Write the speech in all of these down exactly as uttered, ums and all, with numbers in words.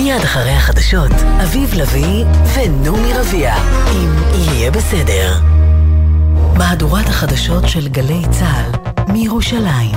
מיד אחרי החדשות, אביב לוי ונעמי רביע, אם יהיה בסדר. מהדורת החדשות של גלי צהל מירושלים.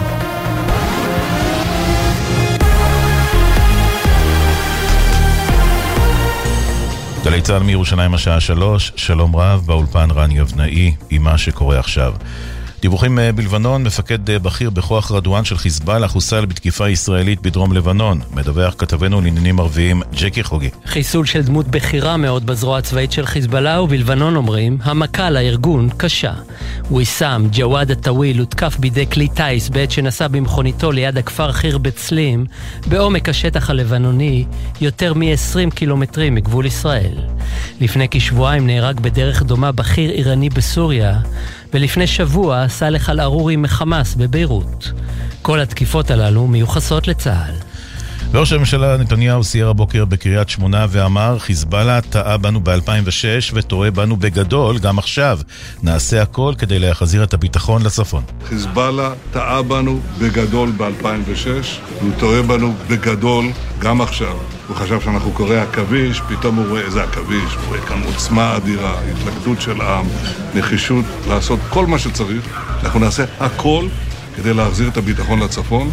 גלי צהל מירושלים השעה שלוש, שלום רב, באולפן רן יבנאי עם מה שקורה עכשיו. דיווחים בלבנון, מפקד בכיר בכוח רדואן של חיזבאללה חוסל בתקיפה ישראלית בדרום לבנון. מדווח כתבנו לעניינים ערביים ג'קי חוגי. חיסול של דמות בכירה מאוד בזרוע הצבאית של חיזבאללה, ובלבנון אומרים, המכה לארגון קשה. ויסאם ג'וואד הטוויל הותקף בידי כלי טייס בעת שנסע במכוניתו ליד הכפר חיר בצלים, בעומק השטח הלבנוני, יותר מ-עשרים קילומטרים מגבול ישראל. לפני כשבועיים נהרג בדרך דומה בכיר איראני בסוריה, ולפני שבוע סלח אל-ערורי מחמאס בביירות. כל התקיפות הללו מיוחסות לצה"ל. ראש הממשלה נתניהו סייר הבוקר בקריית שמונה ואמר, חיזבאללה טעה בנו ב-אלפיים ושש וטועה בנו בגדול גם עכשיו. נעשה הכל כדי להחזיר את הביטחון לצפון. חיזבאללה טעה בנו בגדול ב-אלפיים ושש, הוא טועה בנו בגדול גם עכשיו. הוא חשב שאנחנו קורא עכביש, פתאום הוא רואה איזה עכביש, הוא רואה כאן עוצמה אדירה, התלכדות של העם, נחישות לעשות כל מה שצריך. אנחנו נעשה הכל כדי להחזיר את הביטחון לצפון.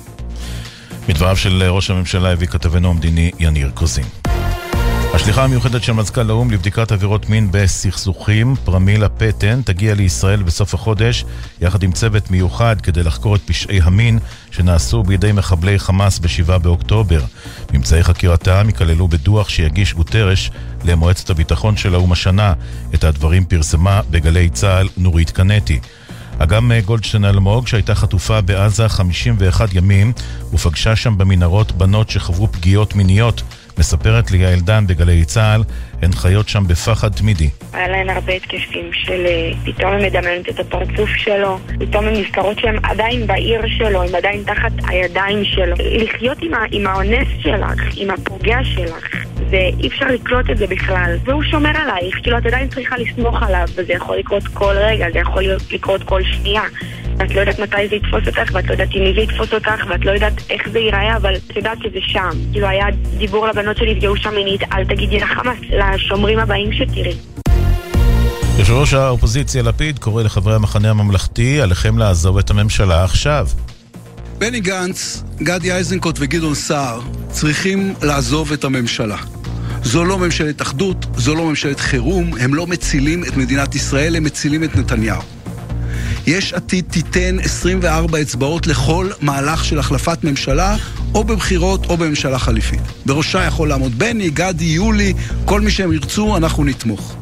מדבריו של ראש הממשלה הביא כתבנו המדיני יניר קוזין. השליחה המיוחדת של מזכ"ל האו"ם לבדיקת עבירות מין בסכסוכים, פרמילה פטן, תגיע לישראל בסוף החודש יחד עם צוות מיוחד כדי לחקור את פשעי המין שנעשו בידי מחבלי חמאס בשבעה באוקטובר. ממצאי חקירתם יכללו בדוח שיגיש גוטרש למועצת הביטחון של האו"ם השנה. את הדברים פרסמה בגלי צהל נורית קנטי. אגם גולדשטיין אלמוג, שהייתה חטופה בעזה חמישים ואחד ימים ופגשה שם במנהרות בנות שחוו פגיעות מיניות, מספרת ליעל דן בגלי צהל, הן חיות שם בפחד תמידי. היה להן הרבה התקפים של פתאום הן מדמיינות את הפרצוף שלו, פתאום הן נזכרות שהן עדיין בעיר שלו, הן עדיין תחת הידיים שלו. לחיות עם, ה- עם האונס שלך, עם הפוגע שלך, ואי אפשר לקלוט את זה בכלל. והוא שומר עלייך, כאילו את עדיין צריכה לסמוך עליו, וזה יכול לקרות כל רגע, זה יכול לקרות כל שנייה. את לא יודעת מתי זה יתפוס אותך, ואת לא יודעת אם זה יתפוס אותך, ואת לא יודעת איך זה ייראה, אבל את יודעת שזה שם. כאילו היה דיבור לבנות שנפגעו שם מינית, אל תגידי לחמאס, לשומרים הבאים שתראי. יושב ראש האופוזיציה לפיד קורא לחברי המחנה הממלכתי, עליכם לעזוב את הממשלה עכשיו. בני גנץ, גדי איזנקוט וגדעון סער צריכים לעזוב את הממשלה. זו לא ממשלת אחדות, זו לא ממשלת חירום, הם לא מצילים את מדינת ישראל, הם מצילים את נתניהו. יש עתיד תיתן עשרים וארבע אצבעות לכל מהלך של החלפת ממשלה, או בבחירות או בממשלה חליפית. בראשה יכול לעמוד בני, גדי, יולי, כל מי שהם ירצו, אנחנו נתמוך.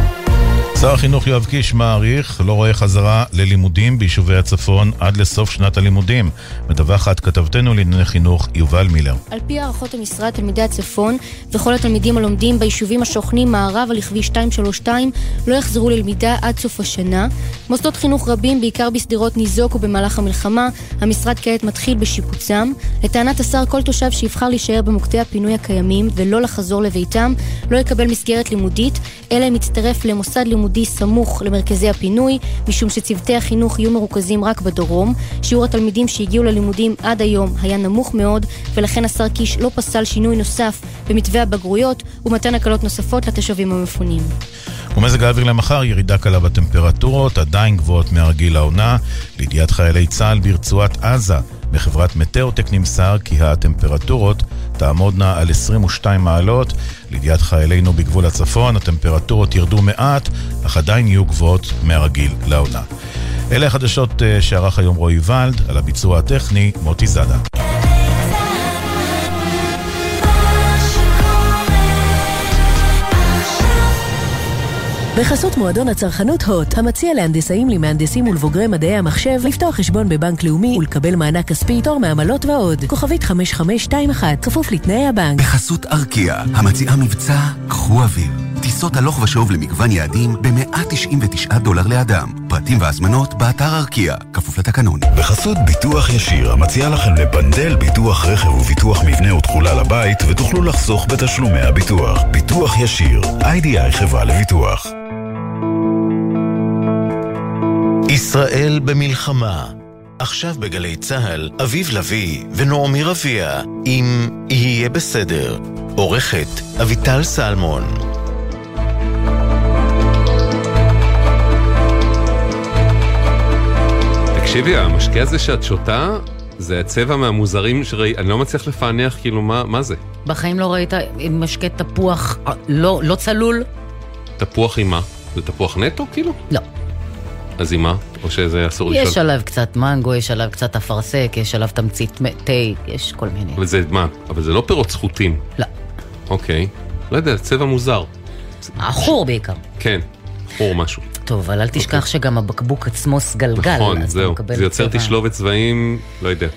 שר החינוך יואב קיש מעריך, לא רואה חזרה ללימודים ביישובי הצפון עד לסוף שנת הלימודים. מדווחת כתבתנו לענייני חינוך יובל מילר. על פי הערכות המשרד, תלמידי הצפון וכל התלמידים הלומדים ביישובים השוכנים מערב על לכביש שתיים שלוש שתיים לא יחזרו ללמידה עד סוף השנה. מוסדות חינוך רבים, בעיקר בסדירות, ניזוקו במהלך המלחמה. המשרד כעת מתחיל בשיפוצם. לטענת השר, כל תושב שיבחר להישאר במוקדי הפינוי הקיימים ולא לחזור לביתם לא יקבל מסגרת לימודית, אלא מצטרף למוסד לימודי סמוך למרכזי הפינוי, משום שצוותי החינוך יהיו מרוכזים רק בדרום. שיעור התלמידים שהגיעו ללימודים עד היום היה נמוך מאוד, ולכן השר קיש לא פסל שינוי נוסף במתווה הבגרויות ומתן הקלות נוספות לתושבים המפונים. ומזג האוויר למחר, ירידה קלה בטמפרטורות, עדיין גבוהות מהרגיל לעונה. לידיעת חיילי צה"ל ברצועת עזה, בחברת מטאוטק נמסר כי הטמפרטורות תעמודנה על עשרים ושתיים מעלות. לידיעת חיילינו בגבול הצפון, הטמפרטורות ירדו מעט, אך עדיין יהיו גבוהות מהרגיל לעונה. אלה החדשות שערך היום רועי ולד, על הביצוע הטכני מוטי זאדה. בחסות מועדון הצרכנות הוט, המציע להנדסאים, למהנדסים ולבוגרי מדעי המחשב לפתוח חשבון בבנק לאומי ולקבל מענק כספי, תור מעמלות ועוד. כוכבית חמש חמש שתיים אחת, כפוף לתנאי הבנק. בחסות ארקיע, המציעה מבצע קחו אוויר. טיסות הלוך ושוב למגוון יעדים ב-מאה תשעים ותשעה דולר לאדם. פרטים והזמנות באתר ארקיע, כפוף לתקנון. בחסות ביטוח ישיר, המציע לכם לבנדל ביטוח רכב וביטוח מבנה ותכולה לבית, ותוכלו לחסוך בתשלומי הביטוח. ביטוח ישיר, איי די איי חברה לביטוח. ישראל במלחמה. עכשיו בגלי צהל, אביב לוי ונעמי רביע, אם יהיה בסדר. עורכת אביטל סלמון. תקשיבי, המשקה הזה שאת שותה, זה הצבע מהמוזרים שראי, אני לא מצליח לפענח כאילו מה, מה זה. בחיים לא ראית משקה תפוח לא, לא צלול? תפוח עם מה? זה תפוח נטו כאילו? לא. אז עם מה? או שזה אסור לשאול? יש עליו קצת מנגו, יש עליו קצת אפרסק, יש עליו תמצית תה, יש כל מיני. אבל זה מה? אבל זה לא פירות סחוטים. לא. אוקיי. לא יודע, צבע מוזר. החור בעיקר. כן, חור משהו. טוב, אבל אל תשכח שגם הבקבוק עצמו סגלגל. נכון, זהו. זה יוצר תשלובת צבעים, לא יודע.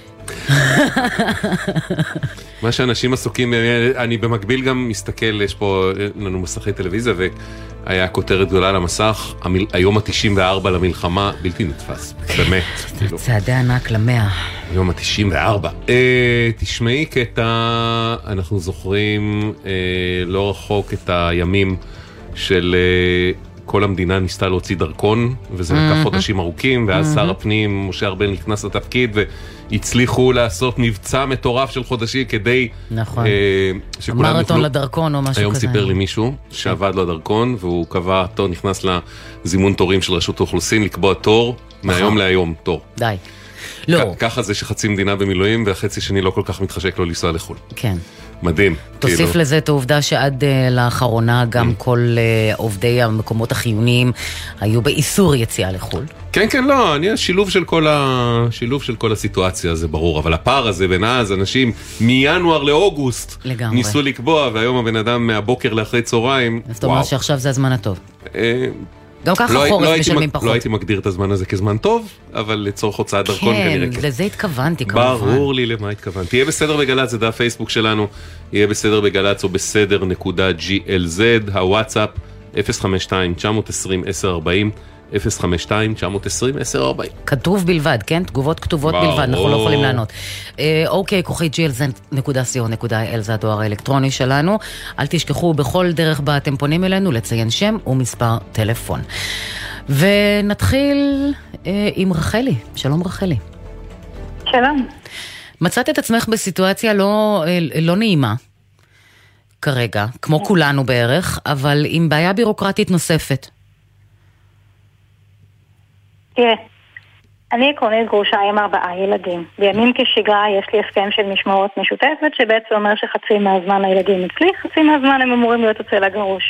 מה שאנשים עסוקים, אני במקביל גם מסתכל, יש פה לנו מסכי טלוויזיה, והיה כותרת גדולה על המסך, היום ה-תשעים וארבע למלחמה, בלתי נתפס, באמת. צעדי ענק למאה. היום ה-תשעים וארבע. תשמעי קטע, אנחנו זוכרים לא רחוק את הימים של כל המדינה ניסתה להוציא דרכון, וזה לקח חודשים ארוכים, ואז שר הפנים, משה ארבל, נכנס לתפקיד, והצליחו לעשות מבצע מטורף של חודשים, כדי... נכון. מרתון לדרכון או משהו כזה. היום סיפר לי מישהו שעבד לו הדרכון, והוא קבע תור, נכנס לזימון תורים של רשות האוכלוסין, לקבוע תור, מהיום להיום תור. די. לא. ככה זה שחצי מדינה במילואים, והחצי שני לא כל כך מתחשק לו לנסוע לחו"ל. כן. מדהים. תוסיף לזה את העובדה שעד לאחרונה גם כל עובדי המקומות החיוניים היו באיסור יציאה לחו"ל. כן, כן, לא, אני השילוב של כל השילוב של כל הסיטואציה, זה ברור, אבל הפער הזה בין אז, אנשים מינואר לאוגוסט ניסו לקבוע, והיום הבן אדם מהבוקר לאחרי צהריים. זאת אומרת שעכשיו זה הזמן הטוב. גם ככה חורף משלמים פחות. לא הייתי מגדיר את הזמן הזה כזמן טוב, אבל לצורך הוצאת דרכון כנראה כן. כן, לזה התכוונתי כמובן. ברור לי למה התכוונתי. יהיה בסדר בגלץ, זה דף פייסבוק שלנו, יהיה בסדר בגלץ או בסדר נקודה ג'י אל זד, הוואטסאפ אפס חמש שתיים תשע עשרים עשר ארבעים, אפס חמש שתיים תשע עשרים עשר ארבעים. כתוב בלבד, כן? תגובות כתובות בלבד, אנחנו לא יכולים לענות. אוקיי, כוכי ג'י אל זד נקודה סי או נקודה איי אל, זה הדואר האלקטרוני שלנו. אל תשכחו בכל דרך בה אתם פונים אלינו לציין שם ומספר טלפון. ונתחיל עם רחלי. שלום רחלי. שלום. מצאת את עצמך בסיטואציה לא, לא נעימה כרגע, כמו כולנו בערך, אבל עם בעיה בירוקרטית נוספת. תראה, אני עקרונית גרושה עם ארבעה ילדים. בימים כשגרה יש לי הסכם של משמורת משותפת, שבעצם אומר שחצי מהזמן הילדים אצלי, חצי מהזמן הם אמורים להיות אצל הגרוש.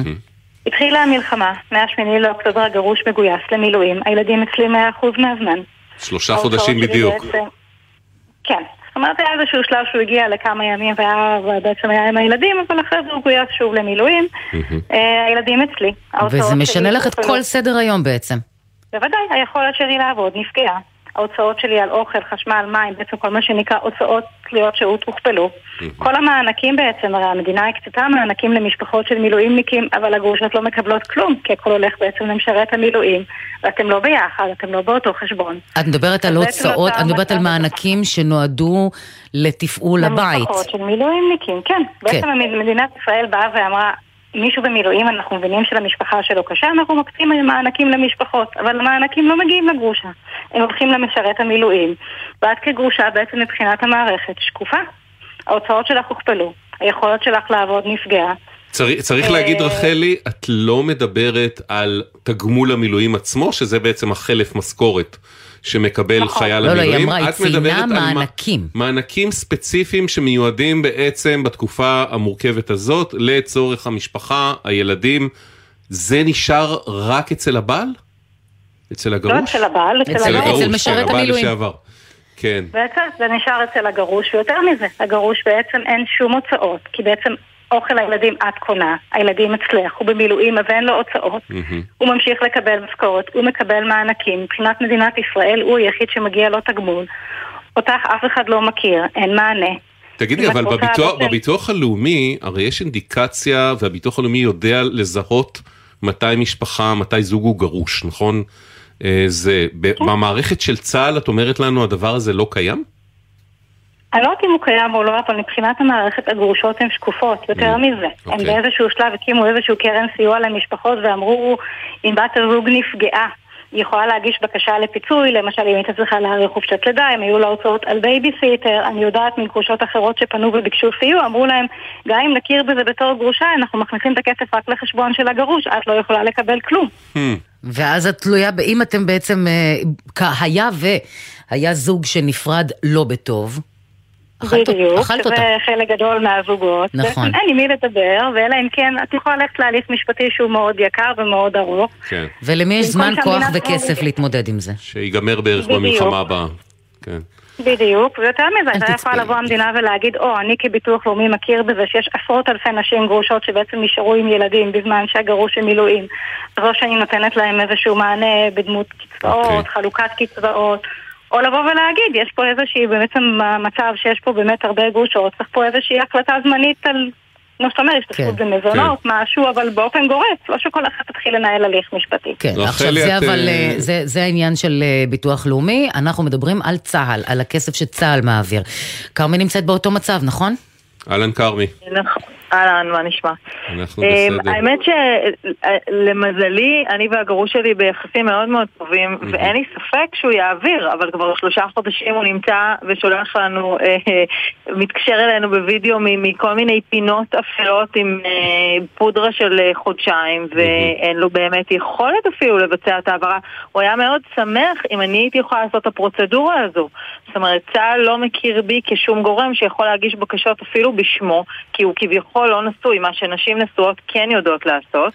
התחילה המלחמה, מהשמיני לאוקטובר הגרוש מגויס למילואים, הילדים אצלי מאה אחוז מהזמן. שלושה חודשים בדיוק. כן, זאת אומרת היה איזשהו שלב שהוא הגיע לכמה ימים ובעצם היה עם הילדים, אבל אחרי זה הוא גויס שוב למילואים. הילדים אצלי. וזה משנה לך את כל סדר היום בעצם. בוודאי, היכולת שלי לעבוד נפגעה. ההוצאות שלי על אוכל, חשמל, מים, בעצם כל מה שנקרא הוצאות תלויות שהות הוכפלו. כל המענקים בעצם, הרי המדינה הקצתה מענקים למשפחות של מילואימניקים, אבל הגרושות לא מקבלות כלום, כי הכל הולך בעצם למשרת המילואים, ואתם לא ביחד, אתם לא באותו חשבון. את מדברת על הוצאות, את מדברת על מענקים שנועדו לתפעול הבית. למשפחות של מילואימניקים, כן. בעצם מדינת ישראל באה ואמרה, מישהו במילואים, אנחנו מבינים שלמשפחה שלו קשה, אנחנו מקצים מענקים למשפחות, אבל המענקים לא מגיעים לגרושה. הם הולכים למשרת המילואים. ואת כגרושה בעצם מבחינת המערכת שקופה. ההוצאות שלך הוכפלו. היכולת שלך לעבוד נפגעה. צריך, צריך להגיד רחלי, את לא מדברת על תגמול המילואים עצמו, שזה בעצם החלף משכורת שמקבל נכון. חייל לא, המילואים. לא, היא אמרה, היא ציינה מענקים. מענקים ספציפיים שמיועדים בעצם בתקופה המורכבת הזאת, לצורך המשפחה, הילדים. זה נשאר רק אצל הבעל? אצל הגרוש? לא אצל הבעל, אצל, אצל, הגרוש. אצל משרת המילואים. כן. בעצם זה נשאר אצל הגרוש, ויותר מזה, הגרוש בעצם אין שום הוצאות, כי בעצם אוכל הילדים את קונה, הילדים אצלך, הוא במילואים, אז אין לו הוצאות, הוא ממשיך לקבל משכורת, הוא מקבל מענקים, מבחינת מדינת ישראל הוא היחיד שמגיע לו תגמול, אותך אף אחד לא מכיר, אין מענה. תגידי, אבל בביטוח, בביטוח הלאומי, הרי יש אינדיקציה, והביטוח הלאומי יודע לזהות מתי משפחה, מתי זוג הוא גרוש, נכון? זה, במערכת של צה"ל, את אומרת לנו, הדבר הזה לא קיים? אני לא יודעת אם הוא קיים או לא, אבל מבחינת המערכת הגרושות הן שקופות, יותר מזה. הם באיזשהו שלב הקימו איזשהו קרן סיוע למשפחות ואמרו, אם בת הזוג נפגעה היא יכולה להגיש בקשה לפיצוי, למשל אם הייתה צריכה להאריך חופשת לידה, הם היו לה הוצאות על בייביסיטר, אני יודעת מגרושות אחרות שפנו וביקשו סיוע, אמרו להם, גם אם נכיר בזה בתור גרושה, אנחנו מכניסים את הכסף רק לחשבון של הגרוש, את לא יכולה לקבל כלום. ואז את תלויה, אם אתם בעצם, היה והיה זוג שנפרד לא בטוב, בדיוק, שזה חלק גדול מהזוגות. נכון. אין עם מי לדבר, ואלא אם כן, את יכולה ללכת להליך משפטי שהוא מאוד יקר ומאוד ארוך. כן. ולמי יש זמן, כוח וכסף להתמודד עם זה? שיגמר בערך במלחמה הבאה. כן. בדיוק, ויותר מזה, אתה יכולה לבוא המדינה ולהגיד, או, אני כביטוח לאומי מכיר בזה שיש עשרות אלפי נשים גרושות שבעצם נשארו עם ילדים בזמן שהגרוש עם מילואים. זו שאני נותנת להם איזשהו מענה בדמות קצבאות, חלוקת קצבאות. או לבוא ולהגיד, יש פה איזושהי, בעצם המצב שיש פה באמת הרבה גרושות, צריך פה איזושהי החלטה זמנית על, לא זאת אומרת, השתתפות במזונות, משהו, אבל באופן גורף, לא שכל אחד תתחיל לנהל הליך משפטי. כן, עכשיו זה אבל, זה העניין של ביטוח לאומי, אנחנו מדברים על צה"ל, על הכסף שצה"ל מעביר. קרמי נמצאת באותו מצב, נכון? אהלן קרמי. נכון. אהלן, מה נשמע? אנחנו בסדר. האמת שלמזלי, אני והגרוש שלי ביחסים מאוד מאוד טובים, ואין לי ספק שהוא יעביר, אבל כבר שלושה חודשים הוא נמצא ושולח לנו, מתקשר אלינו בווידאו מכל מיני פינות אפלות עם פודרה של חודשיים, ואין לו באמת יכולת אפילו לבצע את העברה. הוא היה מאוד שמח אם אני הייתי יכולה לעשות את הפרוצדורה הזו. זאת אומרת, צה"ל לא מכיר בי כשום גורם שיכול להגיש בקשות אפילו בשמו, כי הוא כביכול לא נשוי, מה שנשים נשואות כן יודעות לעשות.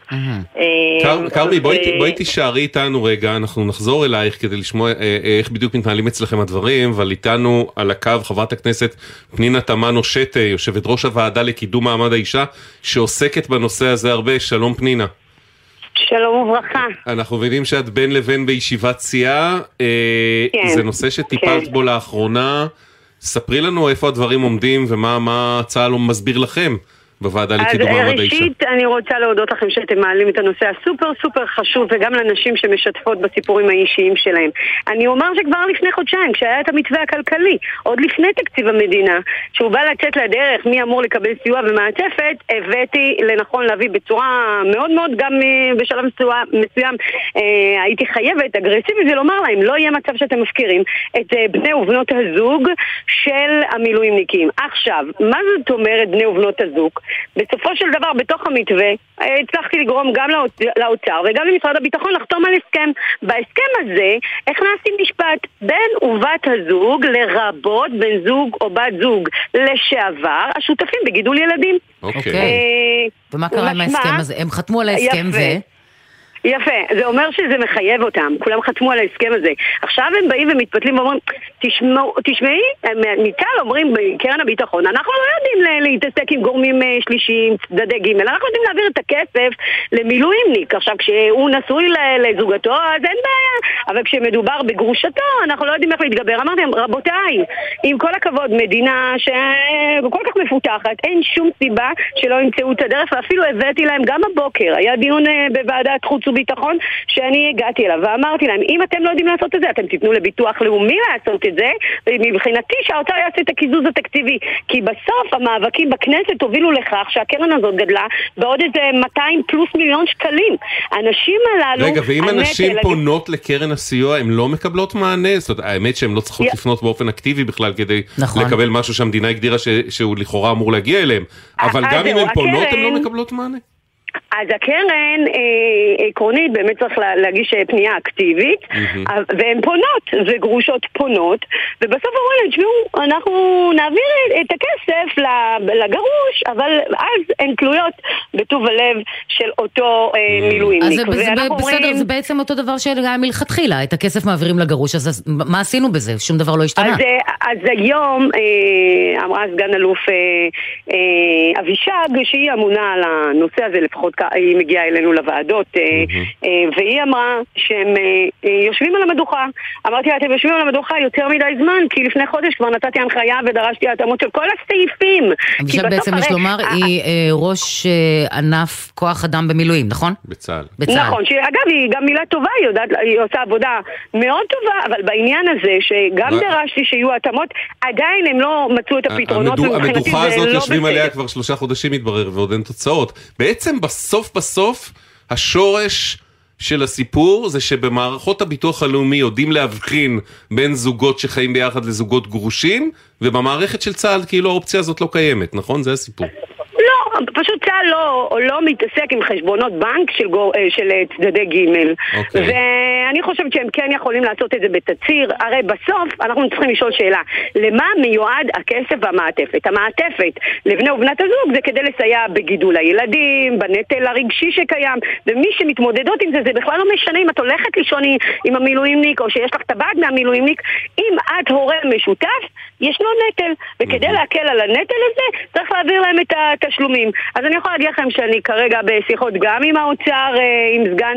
קרמי, בואי תישארי איתנו רגע, אנחנו נחזור אלייך כדי לשמוע איך בדיוק מתנהלים אצלכם הדברים, אבל איתנו על הקו חברת הכנסת פנינה תמנו שטה, יושבת ראש הוועדה לקידום מעמד האישה, שעוסקת בנושא הזה הרבה. שלום פנינה. שלום וברכה. אנחנו מבינים שאת בין לבין בישיבת סיעה, זה נושא שטיפלת בו לאחרונה, ספרי לנו איפה הדברים עומדים ומה צה"ל מסביר לכם בוועדה לקידום מעמד האישה. אז ראשית אני רוצה להודות לכם שאתם מעלים את הנושא הסופר סופר חשוב, וגם לנשים שמשתפות בסיפורים האישיים שלהם. אני אומר שכבר לפני חודשיים, כשהיה את המתווה הכלכלי, עוד לפני תקציב המדינה, שהוא בא לצאת לדרך מי אמור לקבל סיוע ומעטפת, הבאתי לנכון להביא בצורה מאוד מאוד, גם בשלב מסוים הייתי חייבת, אגרסיבית, ולומר להם, לא יהיה מצב שאתם מפקירים את בני ובנות הזוג של המילואימניקים. עכשיו, מה זאת אומרת בני ובנות הזוג? בסופו של דבר, בתוך המתווה, הצלחתי לגרום גם לאוצר וגם למשרד הביטחון לחתום על הסכם. בהסכם הזה, הכנסתי משפט, בן ובת הזוג, לרבות בן זוג או בת זוג לשעבר, השותפים בגידול ילדים. אוקיי. ומה קרה עם ההסכם הזה? הם חתמו על ההסכם ו... יפה, זה אומר שזה מחייב אותם, כולם חתמו על ההסכם הזה. עכשיו הם באים ומתפתלים ואומרים, תשמעו, תשמעי, מצה"ל אומרים בקרן הביטחון, אנחנו לא יודעים להתעסק עם גורמים שלישיים, צדדי ג', אנחנו יודעים להעביר את הכסף למילואימניק. עכשיו, כשהוא נשוי לזוגתו, אז אין בעיה, אבל כשמדובר בגרושתו, אנחנו לא יודעים איך להתגבר. אמרתם, רבותיי, עם כל הכבוד, מדינה שכל כך מפותחת, אין שום סיבה שלא ימצאו את הדרך, ואפילו הבאתי להם גם הבוקר, היה דיון בוועדת חוץ ביטחון שאני הגעתי אליו ואמרתי להם, אם אתם לא יודעים לעשות את זה, אתם תיתנו לביטוח לאומי לעשות את זה, ומבחינתי שהאוצר יעשה את הקיזוז התקציבי, כי בסוף המאבקים בכנסת הובילו לכך שהקרן הזאת גדלה בעוד איזה מאתיים פלוס מיליון שקלים. הנשים הללו... רגע, ואם הנשים פונות לקרן הסיוע, הן לא מקבלות מענה? זאת אומרת, האמת שהן לא צריכות לפנות באופן אקטיבי בכלל כדי לקבל משהו שהמדינה הגדירה שהוא לכאורה אמור להגיע אליהם, אבל גם אם הן פונות, הן לא מקבלות מענה? אז הקרן אה, עקרונית באמת צריך להגיש פנייה אקטיבית, mm-hmm. והן פונות, וגרושות פונות, ובסוף אומרים להם, תשמעו, אנחנו נעביר את הכסף לגרוש, אבל אז הן תלויות בטוב הלב של אותו אה, מילואימניק. אז זה, זה, בסדר, אומרים... זה בעצם אותו דבר שהיה מלכתחילה, את הכסף מעבירים לגרוש, אז מה עשינו בזה? שום דבר לא השתנה. אז, אז היום אה, אמרה סגן אלוף אה, אה, אבישג, שהיא אמונה על הנושא הזה לפחות, היא מגיעה אלינו לוועדות, והיא אמרה שהם יושבים על המדוכה. אמרתי לה, אתם יושבים על המדוכה יותר מדי זמן, כי לפני חודש כבר נתתי הנחיה ודרשתי התאמות של כל הסעיפים. אבישג בעצם יש לומר, היא ראש ענף כוח אדם במילואים, נכון? בצה"ל. נכון, שאגב היא גם מילה טובה, היא יודעת, היא עושה עבודה מאוד טובה, אבל בעניין הזה שגם דרשתי שיהיו התאמות, עדיין הם לא מצאו את הפתרונות. המדוכה הזאת יושבים עליה כבר שלושה חודשים מתברר ועוד אין תוצאות. בעצם בסוף בסוף השורש של הסיפור זה שבמערכות הביטוח הלאומי יודעים להבחין בין זוגות שחיים ביחד לזוגות גרושים, ובמערכת של צה"ל כאילו האופציה הזאת לא קיימת, נכון? זה הסיפור. לא, פשוט צה"ל לא, לא מתעסק עם חשבונות בנק של, גור, של צדדי ג' okay. ואני חושבת שהם כן יכולים לעשות את זה בתציר. הרי בסוף אנחנו צריכים לשאול שאלה, למה מיועד הכסף והמעטפת? המעטפת לבני ובנת הזוג זה כדי לסייע בגידול הילדים, בנטל הרגשי שקיים, ומי שמתמודדות עם זה, זה בכלל לא משנה אם את הולכת לישון עם המילואימניק או שיש לך טבעת מהמילואימניק. אם את הורה משותף, ישנו נטל, וכדי להקל על הנטל הזה צריך להעביר להם את התשלומים. אז אני יכולה להגיד לכם שאני כרגע בשיחות גם עם האוצר, עם סגן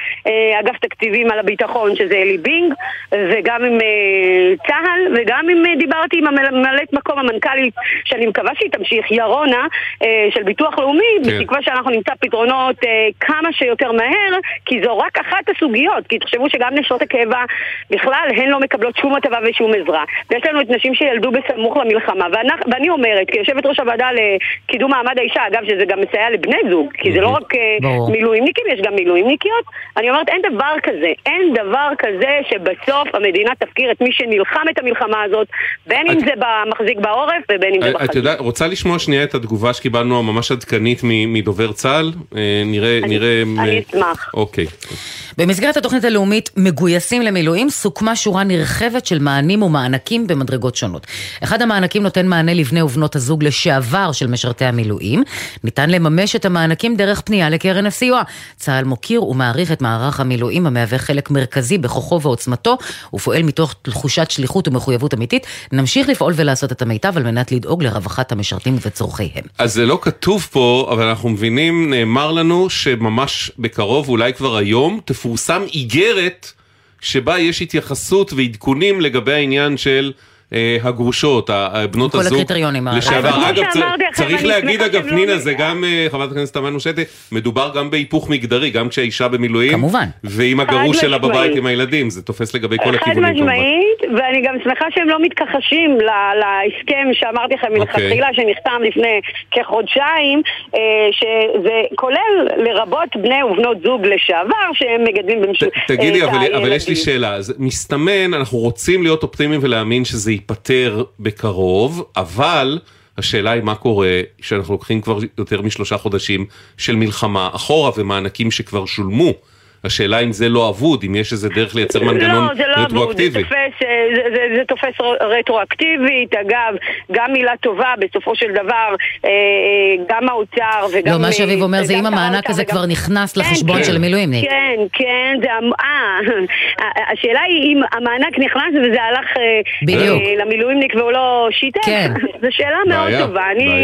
אגף תקציבים על הביטחון, שזה אלי בינג, וגם עם צה"ל, וגם עם דיברתי עם הממלאת מקום המנכ"לית, שאני מקווה שהיא תמשיך, ירונה, של ביטוח לאומי, בתקווה שאנחנו נמצא פתרונות כמה שיותר מהר, כי זו רק אחת הסוגיות, כי תחשבו שגם נשות הקבע בכלל הן לא מקבלות שום הטבה ושום עזרה. ויש לנו את נשים שילדו בסמוך למלחמה, ואני אומרת, כיושבת ראש הוועדה לקידום מעמד האישה, אגב שזה גם מסייע לבני זוג, כי זה לא רק מילואימניקים, יש גם מילואימניקיות. אני אומרת, אין דבר כזה, אין דבר כזה שבסוף המדינה תפקיר את מי שנלחם את המלחמה הזאת, בין אם זה מחזיק בעורף ובין אם זה בחזית. את יודעת, רוצה לשמוע שנייה את התגובה שקיבלנו ממש עדכנית מדובר צה"ל? נראה... אני אשמח. אוקיי. במסגרת התוכנית הלאומית מגויסים למילואים סוכמה שורה נרחבת של מענים ומענקים במדרגות שונות. אחד המענקים נותן מענה לבני ובנות הזוג לשעבר של משרתי המילואים. ניתן לממש את המענקים דרך פנייה לקרן הסיוע. צה"ל מוקיר ומעריך את מערך המילואים המהווה חלק מרכזי בכוחו ועוצמתו, ופועל מתוך תחושת שליחות ומחויבות אמיתית. נמשיך לפעול ולעשות את המיטב על מנת לדאוג לרווחת המשרתים וצורכיהם. אז זה לא כתוב פה, אבל אנחנו מבינים, נאמר לנו שממש בקרוב, אולי כבר היום, תפורסם איגרת שבה יש התייחסות ועדכונים לגבי העניין של הגרושות, בנות הזוג לשעבר. אגב, צריך להגיד, אגב, פנינה, זה גם, חברת הכנסת תמנו שטה, מדובר גם בהיפוך מגדרי, גם כשהאישה במילואים, כמובן. ועם הגרוש שלה בבית עם הילדים, זה תופס לגבי כל הכיוונים. חד משמעית, ואני גם שמחה שהם לא מתכחשים להסכם שאמרתי לכם מלכתחילה, שנחתם לפני כחודשיים, שזה כולל לרבות בני ובנות זוג לשעבר, שהם מגדלים במשותף. תגידי, אבל יש לי שאלה, מסתמן, אנחנו רוצים להיות אופטימיים ולהאמין שזה ייפטר בקרוב, אבל השאלה היא מה קורה שאנחנו לוקחים כבר יותר משלושה חודשים של מלחמה אחורה ומענקים שכבר שולמו. השאלה אם זה לא עבוד, אם יש איזה דרך לייצר מנגנון לא, זה לא רטרואקטיבי. עבוד, זה תופס, זה, זה, זה תופס רטרואקטיבית, אגב, גם מילה טובה בסופו של דבר, גם האוצר וגם... לא, מה שאביב אומר זה אם המענק הזה כבר נכנס לחשבון של המילואים. כן, כן, זה... השאלה היא אם המענק נכנס וזה הלך למילואימניק והוא לא שיטה, זו שאלה מאוד טובה.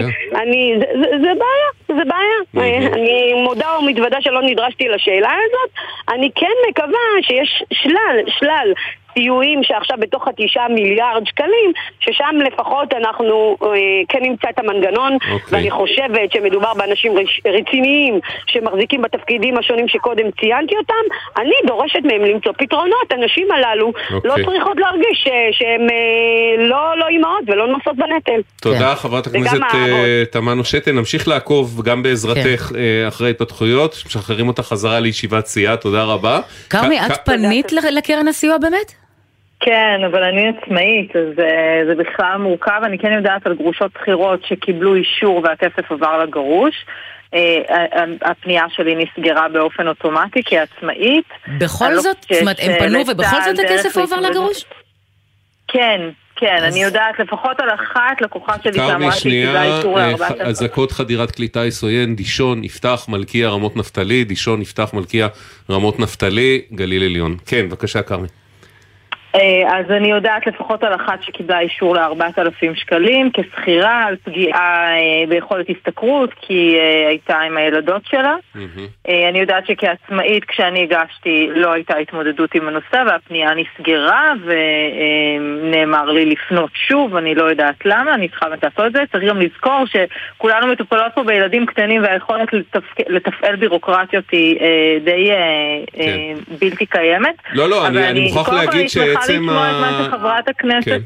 זה בעיה, זה בעיה. אני מודה ומתוודה שלא נדרשתי לשאלה הזאת. אני כן מקווה שיש שלל, שלל סיועים שעכשיו בתוך התשעה מיליארד שקלים, ששם לפחות אנחנו אה, כן נמצא את המנגנון, okay. ואני חושבת שמדובר באנשים רציניים שמחזיקים בתפקידים השונים שקודם ציינתי אותם. אני דורשת מהם למצוא פתרונות. הנשים הללו okay. לא צריכות להרגיש ש- שהם אה, לא, לא אימהות ולא נושאות בנטל. תודה, yeah. חברת הכנסת תמנו שטה. נמשיך לעקוב גם בעזרתך okay. אחרי התפתחויות, משחררים אותה חזרה לישיבת סיעה. תודה רבה. קרמי, את פנית לקרן הסיוע באמת? כן, אבל אני עצמאית, אז זה בכלל מורכב. אני כן יודעת על גרושות בחירות שקיבלו אישור והכסף עבר לגרוש. הפנייה שלי נסגרה באופן אוטומטי כעצמאית. בכל זאת? זאת אומרת, הם פנו ובכל זאת הכסף עבר לגרוש? כן, כן, אני יודעת לפחות על אחת לקוחה שלי שאמרה שהיא קיבלה אישור לארבעת אלפים. אזעקות חדירת כלי עוין, דישון, יפתח, מלכיה, רמות נפתלי, דישון, יפתח, מלכיה, רמות נפתלי, גליל עליון. כן, בבקשה קרמי. אז אני יודעת לפחות על אחת שקיבלה אישור ל-ארבעת אלפים שקלים כסחירה על פגיעה ביכולת הסתכרות כי הייתה עם הילדות שלה. Mm-hmm. אני יודעת שכעצמאית כשאני הגשתי לא הייתה התמודדות עם הנושא והפנייה נסגרה ונאמר לי לפנות שוב, אני לא יודעת למה, אני צריכה לעשות את זה. צריך גם לזכור שכולנו מטופלות פה בילדים קטנים והיכולת לתפק... לתפעל בירוקרטיות היא די כן. בלתי קיימת. לא, לא, אני, אני מוכרח להגיד ש... לשמוע את מה שחברת הכנסת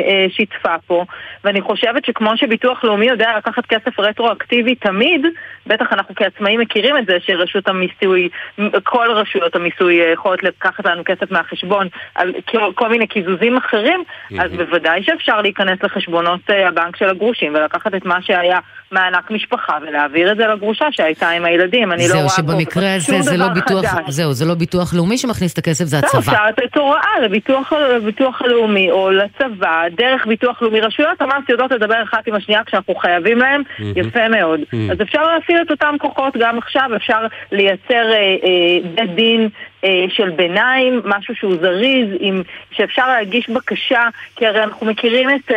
שיתפה פה, ואני חושבת שכמו שביטוח לאומי יודע לקחת כסף רטרואקטיבי תמיד, בטח אנחנו כעצמאים מכירים את זה שרשות המיסוי, כל רשויות המיסוי יכולות לקחת לנו כסף מהחשבון על כל מיני קיזוזים אחרים, אז בוודאי שאפשר להיכנס לחשבונות הבנק של הגרושים ולקחת את מה שהיה מענק משפחה ולהעביר את זה לגרושה שהייתה עם הילדים. אני לא רואה זהו, שבמקרה הזה זה לא ביטוח, זהו, זה לא ביטוח לאומי שמכניס את הכסף, זה הצבא. אפשר לתת הוראה לביטוח הלאומי או לצבא, דרך ביטוח לאומי. רשויות המס יודעות לדבר אחת עם השנייה כשאנחנו חייבים להם, יפה מאוד. אז אפשר להפעיל את אותם כוחות גם עכשיו, אפשר לייצר בית דין של ביניים, משהו שהוא זריז, עם, שאפשר להגיש בקשה, כי הרי אנחנו מכירים את אה,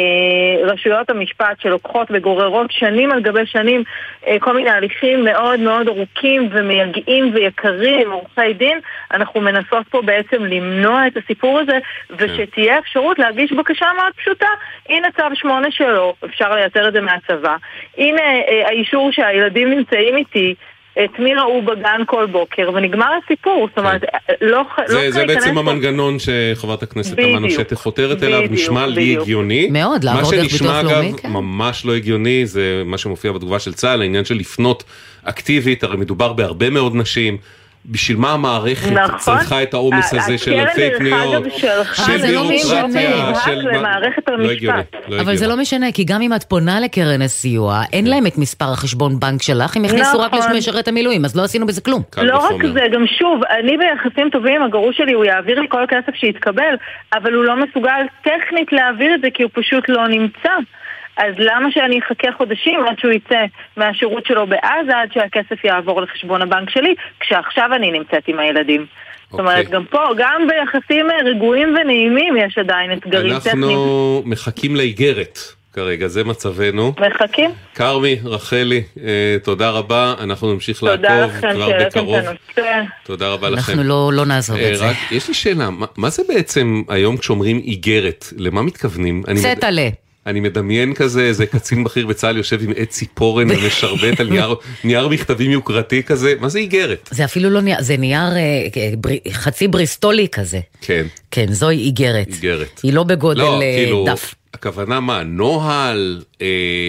אה, רשויות המשפט שלוקחות וגוררות שנים על גבי שנים, אה, כל מיני הליכים מאוד מאוד ארוכים ומייגעים ויקרים, עורכי דין. אנחנו מנסות פה בעצם למנוע את הסיפור הזה, ושתהיה אפשרות להגיש בקשה מאוד פשוטה. הנה צו שמונה שלו, אפשר לייצר את זה מהצבא. הנה אה, האישור שהילדים נמצאים איתי, את מי ראו בגן כל בוקר, ונגמר הסיפור. זאת אומרת, לא... זה בעצם המנגנון שחברת הכנסת תמנו שטה חותרת אליו, נשמע לי הגיוני. מאוד, לעבור דרך ביטוח לאומי. מה שנשמע אגב ממש לא הגיוני, זה מה שמופיע בתגובה של צה"ל, העניין של לפנות אקטיבית, הרי מדובר בהרבה מאוד נשים, בשביל מה המערכת צריכה את העומס הזה של אלפי פניות, של ביורוקרטיה, של... לא הגיוני. אבל זה לא משנה, כי גם אם את פונה לקרן הסיוע, אין להם את מספר החשבון בנק שלך, הם יכניסו רק למשרת המילואים, אז לא עשינו בזה כלום. לא רק זה, גם שוב, אני ביחסים טובים, הגרוש שלי, הוא יעביר לי כל כסף שיתקבל, אבל הוא לא מסוגל טכנית להעביר את זה, כי הוא פשוט לא נמצא. אז למה שאני אחכה חודשים עד שהוא יצא מהשירות שלו בעזה, עד שהכסף יעבור לחשבון הבנק שלי, כשעכשיו אני נמצאת עם הילדים. Okay. זאת אומרת, גם פה, גם ביחסים רגועים ונעימים יש עדיין אתגרים טכניים. אנחנו מחכים לאיגרת כרגע, זה מצבנו. מחכים? קרמי, רחלי, אה, תודה רבה, אנחנו נמשיך לעקוב כבר בקרוב. תודה רבה לכם. אנחנו לא, לא נעזוב אה, את זה. רק, יש לי שאלה, מה, מה זה בעצם היום כשאומרים איגרת? למה מתכוונים? צאת עלה. אני מדמיין כזה, איזה קצין בכיר בצה"ל יושב עם עץ ציפורן ומשרבט על נייר, נייר מכתבים יוקרתי כזה, מה זה איגרת? זה אפילו לא נייר, זה נייר בר, חצי בריסטולי כזה. כן. כן, זוהי איגרת. איגרת. היא לא בגודל לא, כאילו, דף. הכוונה מה? נוהל, אה,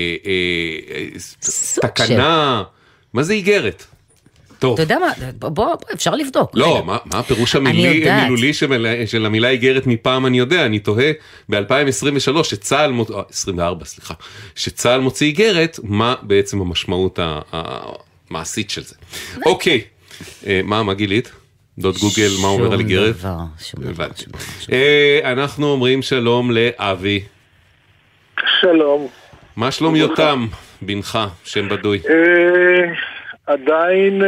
אה, תקנה, מה זה איגרת? טוב. אתה יודע מה, בוא, בוא אפשר לבדוק. לא, מה, מה הפירוש המילי, המילולי של, של המילה איגרת מפעם אני יודע, אני תוהה ב-אלפיים עשרים ושלוש שצה"ל, עשרים וארבע סליחה, שצה"ל מוציא איגרת, מה בעצם המשמעות המעשית של זה. אוקיי, מה, מה גילית? דוד גוגל, מה אומר על איגרת? שום דבר, שום דבר. אנחנו אומרים שלום לאבי. שלום. מה שלום יותם, בנך, שם בדוי? עדיין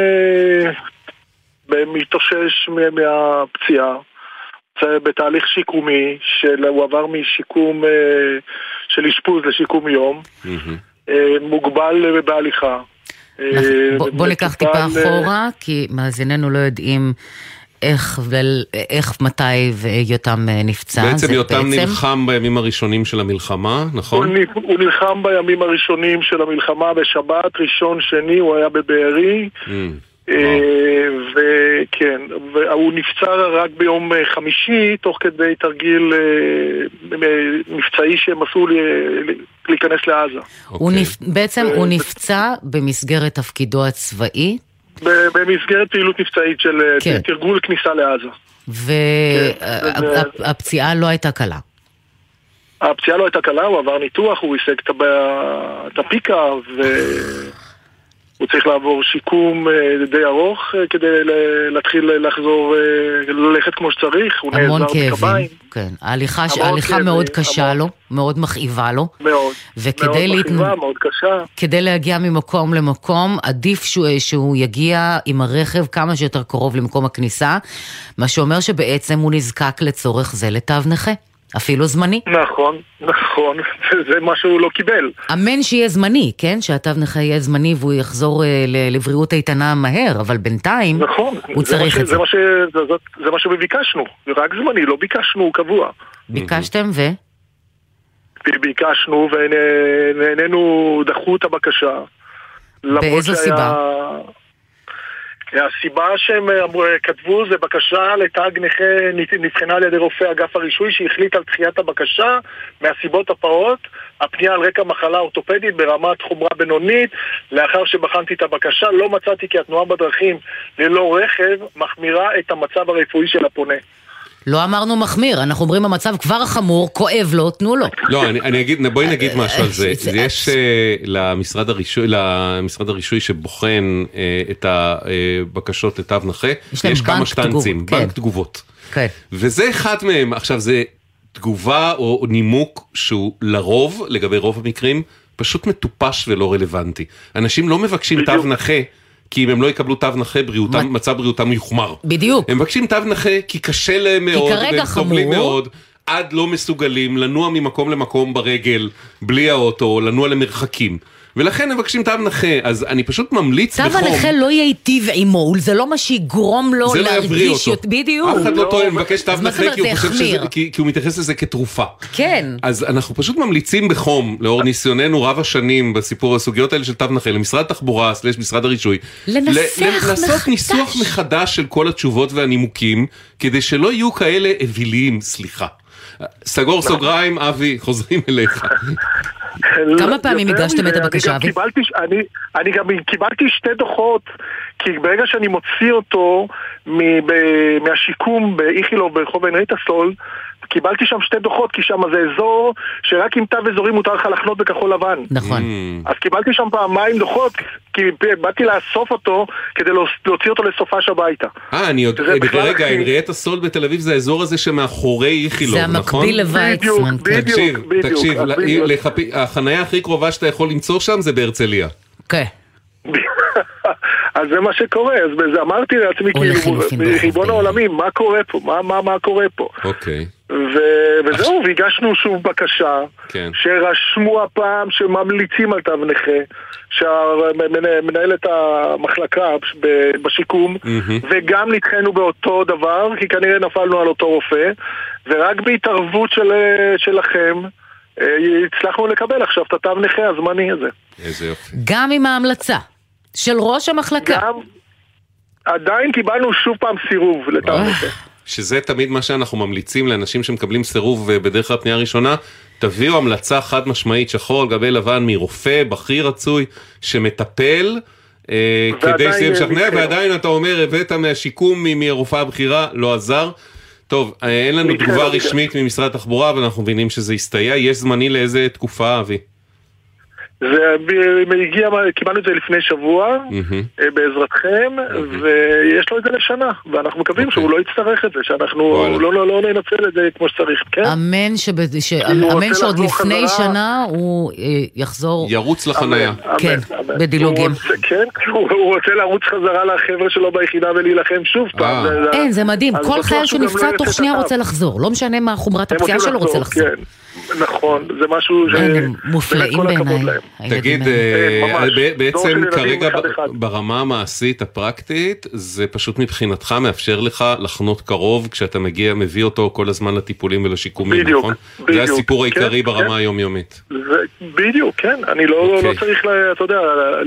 מתאושש מהפציעה, בתהליך שיקומי, הוא עבר משיקום של אשפוז לשיקום יום, מוגבל בהליכה. בוא ניקח טיפה אחורה, כי מאזיננו לא יודעים איך, איך, מתי ויותם נפצע. בעצם יותם נלחם בימים הראשונים של המלחמה, נכון? הוא נלחם בימים הראשונים של המלחמה, בשבת, ראשון, שני, הוא היה בבארי, וכן, והוא נפצע רק ביום חמישי, תוך כדי תרגיל מבצעי שהם עשו להיכנס לעזה. בעצם הוא נפצע במסגרת תפקידו הצבאי? במסגרת פעילות מבצעית של תרגול כניסה לעזה. והפציעה לא הייתה קלה? הפציעה לא הייתה קלה, הוא עבר ניתוח, הוא הישג את הפיקה, והוא צריך לעבור שיקום די ארוך כדי להתחיל לחזור, ללכת כמו שצריך. המון כאבים, כן. ההליכה מאוד קשה לו, מאוד מכאיבה לו. מאוד, מאוד מכאיבה, מאוד קשה. כדי להגיע ממקום למקום, עדיף שהוא יגיע עם הרכב כמה שיותר קרוב למקום הכניסה, מה שאומר שבעצם הוא נזקק לצורך זה לתו נכה. אפילו זמני. נכון, נכון, זה מה שהוא לא קיבל. אמן שיהיה זמני, כן? שהתו נכה יהיה זמני והוא יחזור לבריאות איתנה מהר, אבל בינתיים נכון, הוא צריך את זה. זה מה, ש... זה מה שביקשנו, רק זמני, לא ביקשנו קבוע. ביקשתם ו? ביקשנו ונהנינו דחו את הבקשה. באיזו סיבה? הסיבה שהם כתבו זה בקשה לתג נכה נבחנה על ידי רופא אגף הרישוי שהחליט על דחיית הבקשה מהסיבות הפעות, הפנייה על רקע מחלה אורתופדית ברמת חומרה בינונית. לאחר שבחנתי את הבקשה לא מצאתי כי התנועה בדרכים ללא רכב מחמירה את המצב הרפואי של הפונה. לא אמרנו מחמיר, אנחנו אומרים המצב כבר חמור, כואב לו, תנו לו. לא, אני, אני אגיד, בואי נגיד משהו על זה. יש uh, למשרד הרישוי, למשרד הרישוי שבוחן uh, את הבקשות לתו נכה, יש, יש כמה שטנצים, כן. בנק תגובות. כן. וזה אחד מהם. עכשיו, זה תגובה או נימוק שהוא לרוב, לגבי רוב המקרים, פשוט מטופש ולא רלוונטי. אנשים לא מבקשים תו נכה, כי אם הם לא יקבלו תו נכה, בריאותם, מצב בריאותם יוחמר. בדיוק. הם מבקשים תו נכה כי קשה להם מאוד, והם סובלים מאוד, עד לא מסוגלים לנוע ממקום למקום ברגל, בלי האוטו, לנוע למרחקים. ולכן הם מבקשים תו נכה, אז אני פשוט ממליץ בחום. תו הנכה לא ייטיב עמו, זה לא מה שיגרום לו להרגיש, בדיוק. אף אחד לא טוען, מבקש תו נכה כי הוא מתייחס לזה כתרופה. כן. אז אנחנו פשוט ממליצים בחום, לאור ניסיוננו רב השנים בסיפור הסוגיות האלה של תו נכה, למשרד התחבורה, סלש משרד הרישוי, לעשות ניסוח מחדש של כל התשובות והנימוקים, כדי שלא יהיו כאלה אוויליים, סליחה. סגור סוגריים, אבי, חוזרים אליך. כמה פעמים הגשתם את הבקשה? אני גם קיבלתי שתי דוחות, כי ברגע שאני מוציא אותו מהשיקום באיכילוב ברחוב הנרית הסול, קיבלתי שם שתי דוחות, כי שם זה אזור שרק עם תו אזורי מותר לך לחנות בכחול לבן. נכון. אז קיבלתי שם פעמיים דוחות, כי באתי לאסוף אותו כדי להוציא אותו לסופש הביתה. אה, אני עוד... רגע, הנריית הסול בתל אביב זה האזור הזה שמאחורי איכילוב, נכון? זה המקביל לויצמן. תקשיב, תקשיב, החנייה הכי קרובה שאתה יכול למצוא שם זה בהרצליה. כן. אז זה מה שקורה, אז בזה אמרתי לעצמי כאילו, בריבון העולמים, מה קורה פה? מה, מה, מה קורה פה? אוקיי. וזהו, והגשנו שוב בקשה, שרשמו הפעם שממליצים על תו נכה, שמנהלת המחלקה בשיקום, וגם נתחנו באותו דבר, כי כנראה נפלנו על אותו רופא, ורק בהתערבות שלכם, הצלחנו לקבל עכשיו את התו נכה הזמני הזה. איזה יופי. גם עם ההמלצה של ראש המחלקה. גם, עדיין קיבלנו שוב פעם סירוב לתו נכה. שזה תמיד מה שאנחנו ממליצים לאנשים שמקבלים סירוב בדרך כלל פנייה ראשונה, תביאו המלצה חד משמעית שחור על גבי לבן מרופא, בכיר רצוי, שמטפל, אה, כדי שיהיה משכנע, ועדיין אתה אומר, הבאת מהשיקום מהרופאה הבכירה, לא עזר. טוב, אין לנו תגובה רשמית ממשרד התחבורה, אבל אנחנו מבינים שזה יסתייע. יש זמני לאיזה תקופה, אבי? זה הגיע, קיבלנו את זה לפני שבוע, בעזרתכם, ויש לו את זה לשנה, ואנחנו מקווים שהוא לא יצטרך את זה, שאנחנו לא ננצל את זה כמו שצריך, כן? אמן שעוד לפני שנה הוא יחזור... ירוץ לחניה. כן, בדילוגים. כן, הוא רוצה לרוץ חזרה לחבר'ה שלו ביחידה ולהילחם שוב פעם. אין, זה מדהים, כל חייל שנפצע תוך שנייה רוצה לחזור, לא משנה מה חומרת הפציעה שלו רוצה לחזור. נכון, זה משהו מופלאים בעיניי. תגיד, בעצם כרגע ברמה המעשית הפרקטית, זה פשוט מבחינתך מאפשר לך לחנות קרוב כשאתה מגיע, מביא אותו כל הזמן לטיפולים ולשיקומים, נכון? זה הסיפור העיקרי ברמה היומיומית. בדיוק, כן. אני לא צריך, אתה יודע,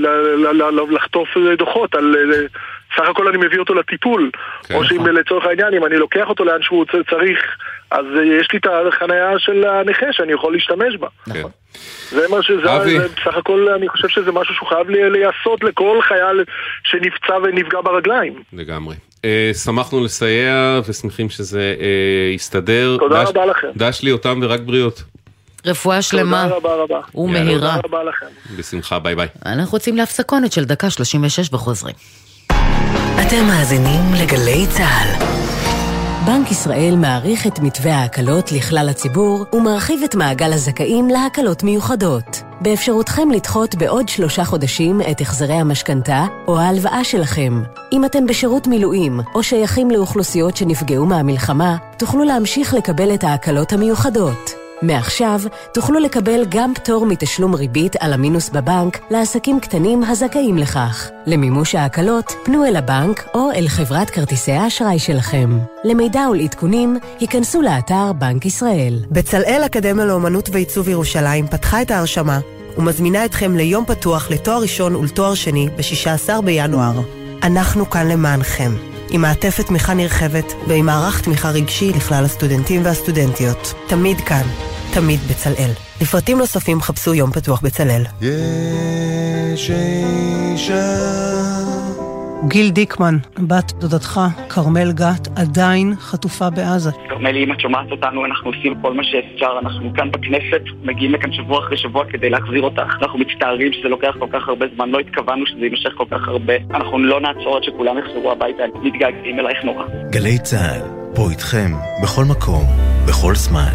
לחטוף דוחות על... סך הכל אני מביא אותו לטיפול, או שאם לצורך העניין, אם אני לוקח אותו לאן שהוא צריך, אז יש לי את החנייה של הנכה שאני יכול להשתמש בה. נכון. זה מה שזה, בסך הכל אני חושב שזה משהו שהוא חייב לייסוד לכל חייל שנפצע ונפגע ברגליים. לגמרי. שמחנו לסייע ושמחים שזה יסתדר. תודה רבה לכם. דש לי אותם ורק בריאות. רפואה שלמה. תודה רבה רבה. ומהירה. תודה רבה לכם. בשמחה, ביי ביי. אנחנו רוצים להפסקונת של דקה שלושים ושש בחוזרים. אתם מאזינים לגלי צהל. בנק ישראל מעריך את מתווה ההקלות לכלל הציבור ומרחיב את מעגל הזכאים להקלות מיוחדות. באפשרותכם לדחות בעוד שלושה חודשים את החזרי המשכנתה או ההלוואה שלכם. אם אתם בשירות מילואים או שייכים לאוכלוסיות שנפגעו מהמלחמה, תוכלו להמשיך לקבל את ההקלות המיוחדות. מעכשיו תוכלו לקבל גם פטור מתשלום ריבית על המינוס בבנק לעסקים קטנים הזכאים לכך. למימוש ההקלות, פנו אל הבנק או אל חברת כרטיסי האשראי שלכם. למידע ולעדכונים, היכנסו לאתר בנק ישראל. בצלאל אקדמיה לאומנות ועיצוב ירושלים פתחה את ההרשמה ומזמינה אתכם ליום פתוח לתואר ראשון ולתואר שני ב-שישה עשר בינואר. אנחנו כאן למענכם, עם מעטפת תמיכה נרחבת ועם מערך תמיכה רגשי לכלל הסטודנטים והסטודנטיות. תמיד כאן, תמיד בצלאל. לפרטים נוספים חפשו יום פתוח בצלאל. יש אישה. גיל דיקמן, בת דודתך, קרמל גת, עדיין חטופה בעזה. קרמל, אם את שומעת אותנו, אנחנו עושים כל מה שאפשר. אנחנו כאן בכנסת, מגיעים לכאן שבוע אחרי שבוע כדי להחזיר אותך. אנחנו מצטערים שזה לוקח כל כך הרבה זמן, לא התכוונו שזה יימשך כל כך הרבה. אנחנו לא נעצור עד שכולם יחזרו הביתה, מתגעגעים אלייך נורא. גלי צהל, פה איתכם, בכל מקום, בכל זמן.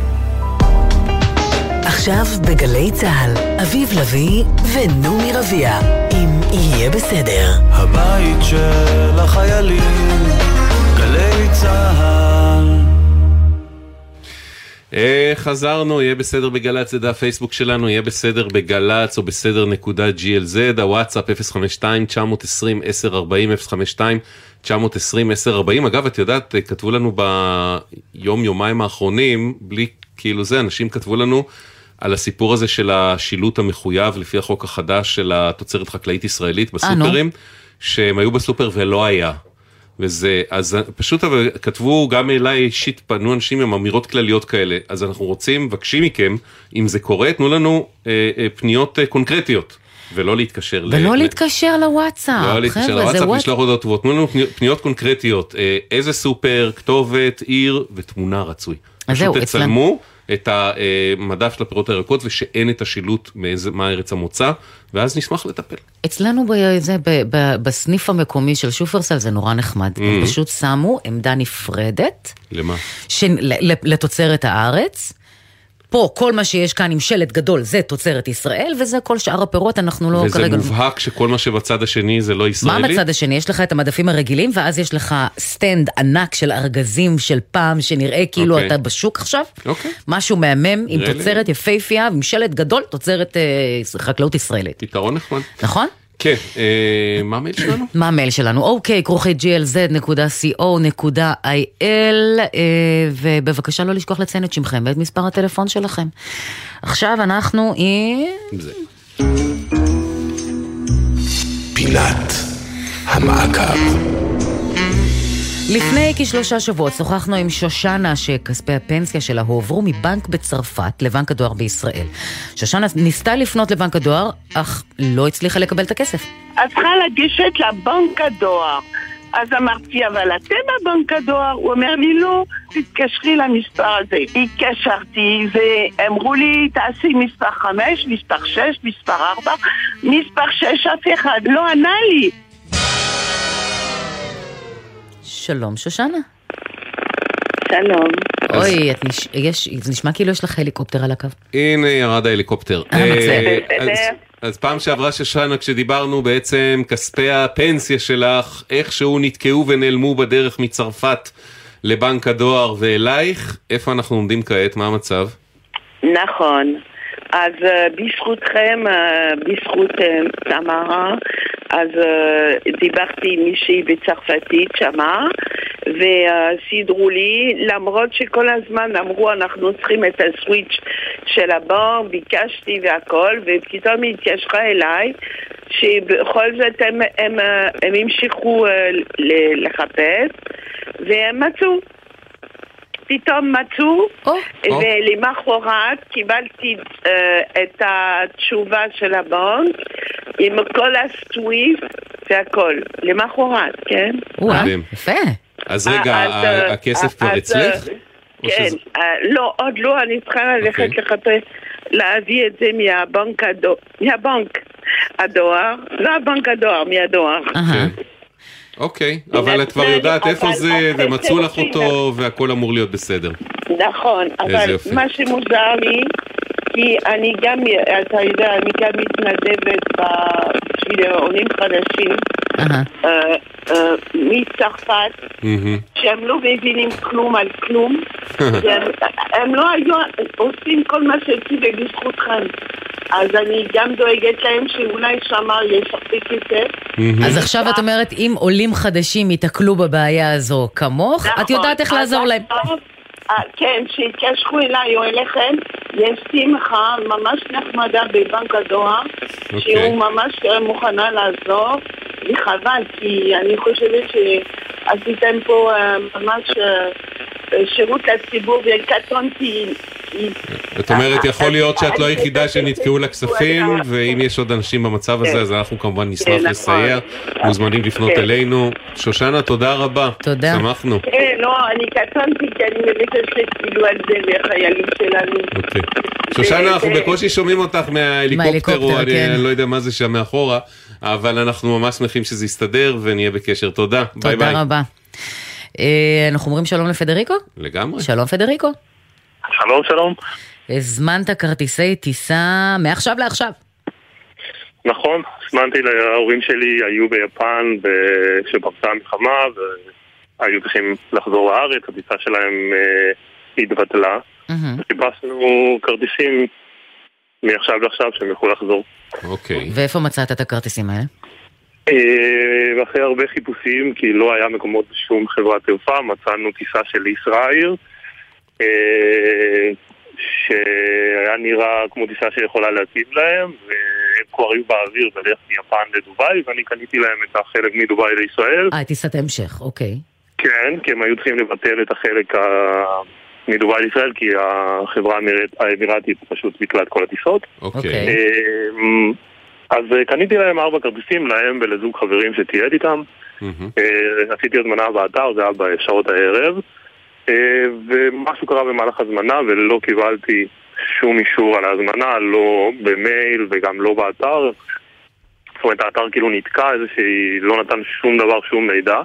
עכשיו בגלי צהל, אביב לוי ונומי רביע, אם יהיה בסדר. הבית של החיילים, גלי צהל. אה, חזרנו, יהיה בסדר בגלץ, זה דף פייסבוק שלנו, יהיה בסדר בגלץ או בסדר נקודה ג'י אל זד, הוואטסאפ אפס חמש שתיים תשע עשרים עשר ארבעים אפס חמש שתיים תשע עשרים עשר ארבעים. אגב, את יודעת, כתבו לנו ביום יומיים האחרונים, בלי כאילו זה, אנשים כתבו לנו על הסיפור הזה של השילוט המחויב לפי החוק החדש של התוצרת חקלאית ישראלית בסופרים, שהם היו בסופר ולא היה. וזה, אז פשוט כתבו גם אליי אישית, פנו אנשים עם אמירות כלליות כאלה, אז אנחנו רוצים, מבקשים מכם, אם זה קורה, תנו לנו אה, אה, פניות אה, קונקרטיות, ולא להתקשר. ולא ל... להתקשר לוואטסאפ. לא להתקשר לוואטסאפ, לשלוח הודעות טובות, תנו לנו פניות קונקרטיות, אה, איזה סופר, כתובת, עיר ותמונה רצוי. פשוט תצלמו את המדף של הפירות הירקות, ושאין את השילוט מה ארץ המוצא, ואז נשמח לטפל. אצלנו בזה, בסניף המקומי של שופרסל, זה נורא נחמד. הם פשוט שמו עמדה נפרדת. למה? לתוצרת הארץ. פה, כל מה שיש כאן עם שלט גדול, זה תוצרת ישראל, וזה כל שאר הפירות, אנחנו לא וזה כרגע... וזה מובהק שכל מה שבצד השני זה לא ישראלי? מה בצד השני? יש לך את המדפים הרגילים, ואז יש לך סטנד ענק של ארגזים של פעם, שנראה כאילו okay. אתה בשוק עכשיו. Okay. משהו מהמם, עם תוצרת יפהפייה, עם שלט גדול, תוצרת אה, חקלאות ישראלית. פתרון נחמד. נכון? כן, אה, מה המייל שלנו? מה המייל שלנו? אוקיי, כרוכי ג'י אל זד נקודה סי או נקודה איי אל, ובבקשה לא לשכוח לציין את שמכם ואת מספר הטלפון שלכם. עכשיו אנחנו עם... זה. פינת המעקב. לפני כשלושה שבועות שוחחנו עם שושנה שכספי הפנסיה שלה הועברו מבנק בצרפת לבנק הדואר בישראל. שושנה ניסתה לפנות לבנק הדואר, אך לא הצליחה לקבל את הכסף. את צריכה לגשת לבנק הדואר. אז אמרתי, אבל אתם בבנק הדואר? הוא אומר לי, לא, תתקשרי למספר הזה. התקשרתי ואמרו לי, תעשי מספר חמש, מספר שש, מספר ארבע, מספר שש, אף אחד לא ענה לי. שלום, שושנה. שלום. אוי, את נש... יש... זה נשמע כאילו יש לך הליקופטר על הקו. הנה ירד ההליקופטר. אה, אז, אז פעם שעברה שושנה, כשדיברנו בעצם כספי הפנסיה שלך, איכשהו נתקעו ונעלמו בדרך מצרפת לבנק הדואר ואלייך, איפה אנחנו עומדים כעת? מה המצב? נכון. אז uh, בזכותכם, uh, בזכות uh, תמרה, אז uh, דיברתי עם מישהי בצרפתית שמה, וסידרו לי, למרות שכל הזמן אמרו אנחנו צריכים את הסוויץ' של הבנק, ביקשתי והכל, ופתאום היא התקשרה אליי, שבכל זאת הם, הם, הם המשיכו uh, לחפש, והם מצאו. פתאום מצאו, ולמחרת קיבלתי את התשובה של הבנק עם כל הסוויפט והכל. למחרת, כן? וואו, יפה. אז רגע, הכסף כבר אצלך? כן, לא, עוד לא, אני צריכה ללכת לחפש, להביא את זה מהבנק הדואר, לא הבנק הדואר, מהדואר. אוקיי, אבל את כבר יודעת איפה זה, ומצאו לך אותו, והכל אמור להיות בסדר. נכון, אבל מה שמוזר לי, כי אני גם, אתה יודע, אני גם מתנדבת בשביל עולים חדשים, מצרפת, שהם לא מבינים כלום על כלום, הם לא היו עושים כל מה שעשיתי בזכותכם. אז אני גם דואגת להם שאולי שמה יש הרבה כסף. אז עכשיו את אומרת, אם עולים חדשים יתקלו בבעיה הזו כמוך, את יודעת איך לעזור להם. כן, שהתקשרו אליי או אליכם, יש שמחה ממש נחמדה בבנק הדואר, שהוא ממש מוכנה לעזור, וחבל, כי אני חושבת שעשיתם פה ממש שירות לציבור וקטונתי. זאת אומרת, יכול להיות שאת לא היחידה שנתקעו לכספים, ואם יש עוד אנשים במצב הזה, אז אנחנו כמובן נשמח לסייע. מוזמנים לפנות אלינו. שושנה, תודה רבה. תודה. שמחנו. כן, לא, אני קטונתי, כי אני מבקשת כאילו על זה לחיילים שלנו. אוקיי. שושנה, אנחנו בקושי שומעים אותך מההליקופטר, אני לא יודע מה זה שם מאחורה, אבל אנחנו ממש שמחים שזה יסתדר, ונהיה בקשר. תודה. ביי ביי. תודה רבה. אנחנו אומרים שלום לפדריקו? לגמרי. שלום פדריקו. שלום, שלום. הזמנת כרטיסי טיסה מעכשיו לעכשיו. נכון, הזמנתי להורים שלי, היו ביפן כשפרצה המלחמה, והיו צריכים לחזור לארץ, הטיסה שלהם התבטלה. חיפשנו כרטיסים מעכשיו לעכשיו שהם יוכלו לחזור. אוקיי. ואיפה מצאת את הכרטיסים האלה? אחרי הרבה חיפושים, כי לא היה מקומות בשום חברת תעופה, מצאנו טיסה של ישראל, שהיה נראה כמו טיסה שיכולה להתאים להם, והם כבר היו באוויר בדרך מיפן לדוביי, ואני קניתי להם את החלק מדוביי לישראל. אה, טיסת המשך, אוקיי. כן, כי הם היו צריכים לבטל את החלק מדוביי לישראל, כי החברה האמירתית פשוט ביטלה את כל הטיסות. אוקיי. אז קניתי להם ארבע כרטיסים, להם ולזוג חברים שתיעד איתם. עשיתי הזמנה באתר, זה היה בשעות הערב, ומשהו קרה במהלך הזמנה ולא קיבלתי שום אישור על ההזמנה, לא במייל וגם לא באתר. זאת אומרת, האתר כאילו נתקע, איזה שהיא לא נתן שום דבר, שום מידע.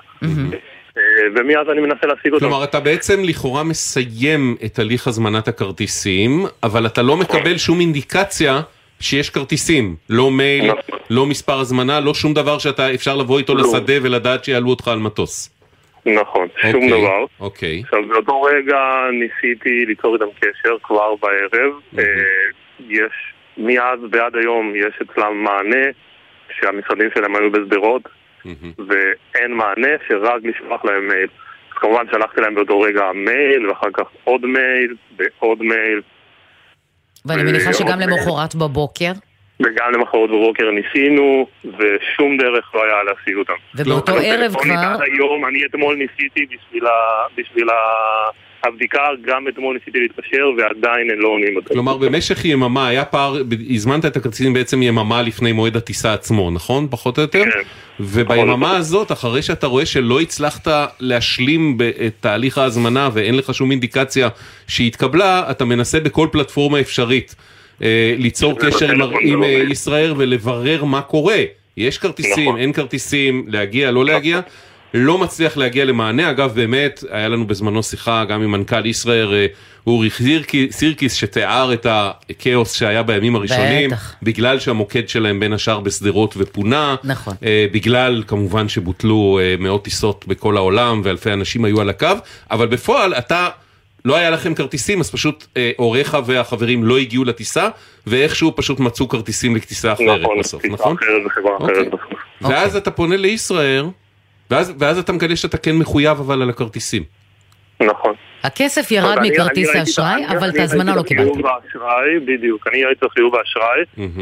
ומאז אני מנסה להשיג אותם. כלומר, אתה בעצם לכאורה מסיים את הליך הזמנת הכרטיסים, אבל אתה לא מקבל שום אינדיקציה שיש כרטיסים, לא מייל, לא מספר הזמנה, לא שום דבר שאתה אפשר לבוא איתו לשדה ולדעת שיעלו אותך על מטוס. נכון, שום דבר. אוקיי. עכשיו, באותו רגע ניסיתי ליצור איתם קשר כבר בערב. יש, מאז ועד היום יש אצלם מענה, שהמשרדים שלהם היו בסדרות, ואין מענה שרק לשלוח להם מייל. אז כמובן שלחתי להם באותו רגע מייל, ואחר כך עוד מייל, ועוד מייל. ואני מניחה שגם למחרת בבוקר? וגם למחרת בבוקר ניסינו, ושום דרך לא היה להשיג אותם. ובאותו ערב כבר... היום, אני אתמול ניסיתי בשביל הבדיקה, גם אתמול ניסיתי להתקשר, ועדיין הם לא עונים אותם. כלומר, במשך יממה, היה פער, הזמנת את הכרטיסים בעצם יממה לפני מועד הטיסה עצמו, נכון? פחות או יותר? כן. וביממה הזאת, אחרי שאתה רואה שלא הצלחת להשלים את תהליך ההזמנה, ואין לך שום אינדיקציה שהתקבלה, אתה מנסה בכל פלטפורמה אפשרית ליצור קשר עם ישראל ולברר מה קורה. יש כרטיסים, אין כרטיסים, להגיע, לא להגיע. לא מצליח להגיע למענה. אגב, באמת, היה לנו בזמנו שיחה גם עם מנכ"ל ישראל, אורי סירקיס, שתיאר את הכאוס שהיה בימים הראשונים, בטח. בגלל שהמוקד שלהם בין השאר בסדרות ופונה, נכון. בגלל כמובן שבוטלו מאות טיסות בכל העולם, ואלפי אנשים היו על הקו, אבל בפועל אתה... לא היה לכם כרטיסים, אז פשוט אוריך והחברים לא הגיעו לטיסה, ואיכשהו פשוט מצאו כרטיסים לטיסה אחרת נכון, בסוף, נכון? אחרת וחברה אחרת בסוף. ואז אתה פונה לישראל, ואז, ואז אתה מגלה שאתה כן מחויב אבל על הכרטיסים. נכון. הכסף ירד מכרטיס האשראי, אבל את ההזמנה לא קיבלתי. בדיוק, אני הייתי חיוב באשראי,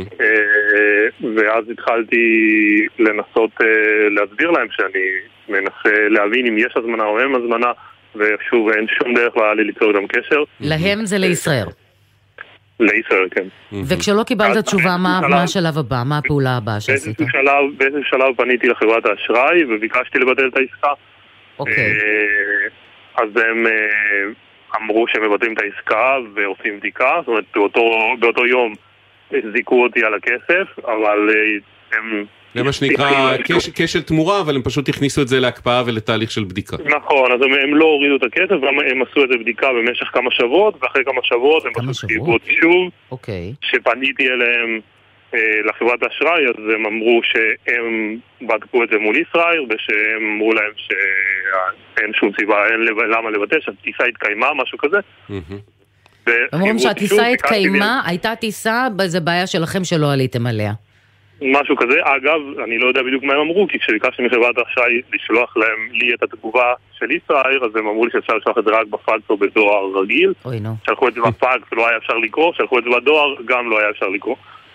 ואז התחלתי לנסות להסביר להם שאני מנסה להבין אם יש הזמנה או אין הזמנה, ושוב, אין שום דרך לא היה לי ליצור איתם קשר. להם זה לישראל. לישראל, כן. וכשלא קיבלת תשובה, מה השלב הבא? מה הפעולה הבאה שעשית? באיזה שלב פניתי לחברת האשראי, וביקשתי לבטל את העסקה. אוקיי. אז הם אמרו שהם מבטלים את העסקה ועושים בדיקה, זאת אומרת, באותו יום זיקו אותי על הכסף, אבל הם... זה מה שנקרא כשל תמורה, אבל הם פשוט הכניסו את זה להקפאה ולתהליך של בדיקה. נכון, אז הם לא הורידו את הכסף, הם עשו את זה בדיקה במשך כמה שבועות, ואחרי כמה שבועות הם פשוט קיבלו אותי שוב, שפניתי אליהם לחברת האשראי, אז הם אמרו שהם בדקו את זה מול ישראל, ושהם אמרו להם שאין שום סיבה, אין למה לבטל, שהטיסה התקיימה, משהו כזה. אומרים שהטיסה התקיימה, הייתה טיסה, זה בעיה שלכם שלא עליתם עליה. משהו כזה. אגב, אני לא יודע בדיוק מה הם אמרו, כי כשביקשתי מחברת האשראי לשלוח להם לי את התגובה של ישראל, אז הם אמרו לי שאפשר לשלוח את זה רק בפקס או בדואר רגיל. אוי נו. שלחו את זה בפקס, לא היה אפשר לקרוא, שלחו את זה בדואר, גם לא היה אפשר לקרוא.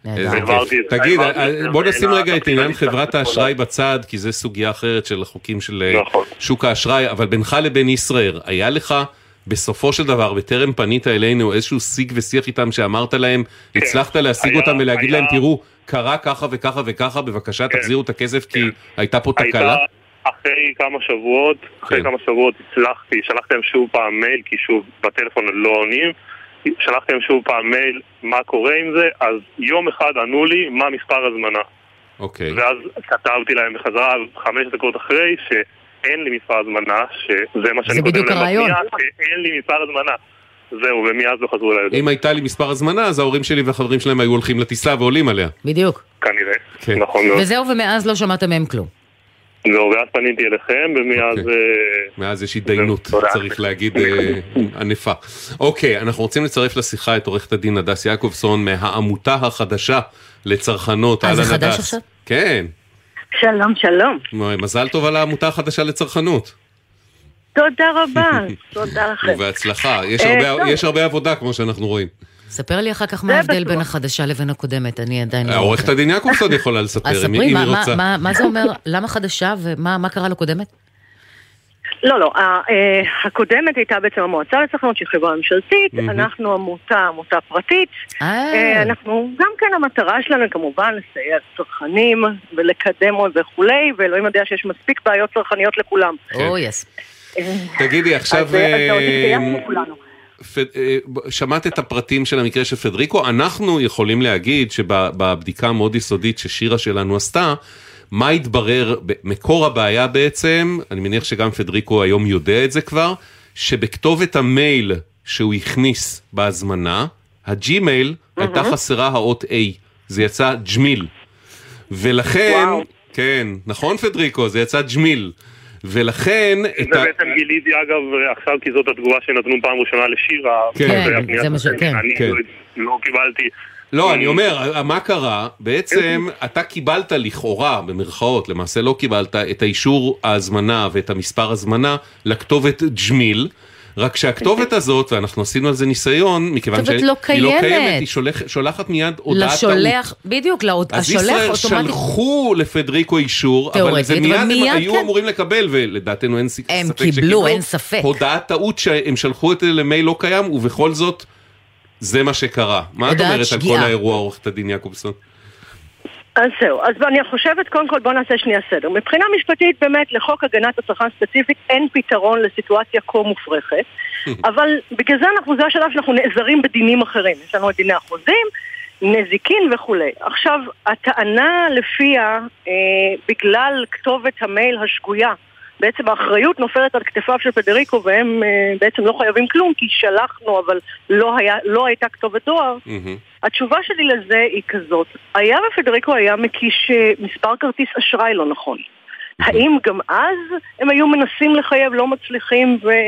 תגיד, בוא נשים רגע את עניין חברת האשראי בצד, כי זה סוגיה אחרת של החוקים של שוק האשראי, אבל בינך לבין ישראל, היה לך בסופו של דבר, בטרם פנית אלינו, איזשהו שיג ושיח איתם שאמרת להם, הצלחת להשיג אותם ולהגיד להם, תראו, קרה ככה וככה וככה, בבקשה תחזירו את הכסף כי הייתה פה תקלה? אחרי כמה שבועות, אחרי כמה שבועות הצלחתי, שלחתי להם שוב פעם מייל, כי שוב בטלפון לא עונים, שלחתי להם שוב פעם מייל מה קורה עם זה, אז יום אחד ענו לי מה מספר הזמנה. אוקיי. ואז כתבתי להם בחזרה חמש דקות אחרי שאין לי מספר הזמנה, שזה מה שאני כותב להם בפנייה, שאין לי מספר הזמנה. זהו, ומאז לא חזרו אליי. אם הייתה לי מספר הזמנה, אז ההורים שלי והחברים שלהם היו הולכים לטיסה ועולים עליה. בדיוק. כנראה, נכון מאוד. וזהו, ומאז לא שמעת מהם כלום. זהו, ואז פניתי אליכם, ומאז... מאז יש התדיינות, צריך להגיד, ענפה. אוקיי, אנחנו רוצים לצרף לשיחה את עורכת הדין הדס יעקובסון מהעמותה החדשה לצרכנות. אה, זה חדש עכשיו? כן. שלום, שלום. מזל טוב על העמותה החדשה לצרכנות. תודה רבה, תודה לכם. ובהצלחה, יש הרבה עבודה כמו שאנחנו רואים. ספר לי אחר כך מה ההבדל בין החדשה לבין הקודמת, אני עדיין לא... עורכת הדין יעקובסון יכולה לספר, אם היא רוצה. מה זה אומר, למה חדשה ומה קרה לקודמת? לא, לא, הקודמת הייתה בעצם המועצה לצרכנות שהיא חברה ממשלתית, אנחנו עמותה, עמותה פרטית, אנחנו, גם כן המטרה שלנו כמובן לסייע לצרכנים ולקדם וכולי, ואלוהים יודע שיש מספיק בעיות צרכניות לכולם. או, יס. תגידי, עכשיו... שמעת את הפרטים של המקרה של פדריקו, אנחנו יכולים להגיד שבבדיקה מאוד יסודית ששירה שלנו עשתה, מה התברר, מקור הבעיה בעצם, אני מניח שגם פדריקו היום יודע את זה כבר, שבכתובת המייל שהוא הכניס בהזמנה, הג'ימייל הייתה חסרה האות A, זה יצא ג'מיל, ולכן, כן, נכון פדריקו, זה יצא ג'מיל, ולכן... זה בעצם גיליתי אגב עכשיו, כי זאת התגובה שנתנו פעם ראשונה לשירה. כן, זה מה ש... כן. אני לא קיבלתי... לא, אני אומר, מה קרה? בעצם אתה קיבלת לכאורה, במרכאות, למעשה לא קיבלת את האישור ההזמנה ואת המספר הזמנה לכתובת ג'מיל, רק שהכתובת הזאת, ואנחנו עשינו על זה ניסיון, מכיוון שהיא לא קיימת, היא שולחת מיד הודעת טעות. לשולח, בדיוק, אז ישראל שלחו לפדריקו אישור, אבל זה מיד הם היו אמורים לקבל, ולדעתנו אין ספק שקיבלו, אין ספק. הודעת טעות שהם שלחו את זה למייל לא קיים, ובכל זאת, זה מה שקרה. מה את אומרת על כל האירוע, עורכת הדין יעקובסון? אז זהו, אז אני חושבת, קודם כל בוא נעשה שנייה סדר. מבחינה משפטית באמת לחוק הגנת הצרכן ספציפית אין פתרון לסיטואציה כה מופרכת, אבל בגלל זה אנחנו, זה השלב שאנחנו נעזרים בדינים אחרים. יש לנו את דיני החוזים, נזיקין וכולי. עכשיו, הטענה לפיה, אה, בגלל כתובת המייל השגויה, בעצם האחריות נופלת על כתפיו של פדריקו, והם uh, בעצם לא חייבים כלום, כי שלחנו, אבל לא, היה, לא הייתה כתובת דואר. Mm-hmm. התשובה שלי לזה היא כזאת. היה ופדריקו היה מקיש מספר כרטיס אשראי לא נכון. Mm-hmm. האם גם אז הם היו מנסים לחייב, לא מצליחים, ו...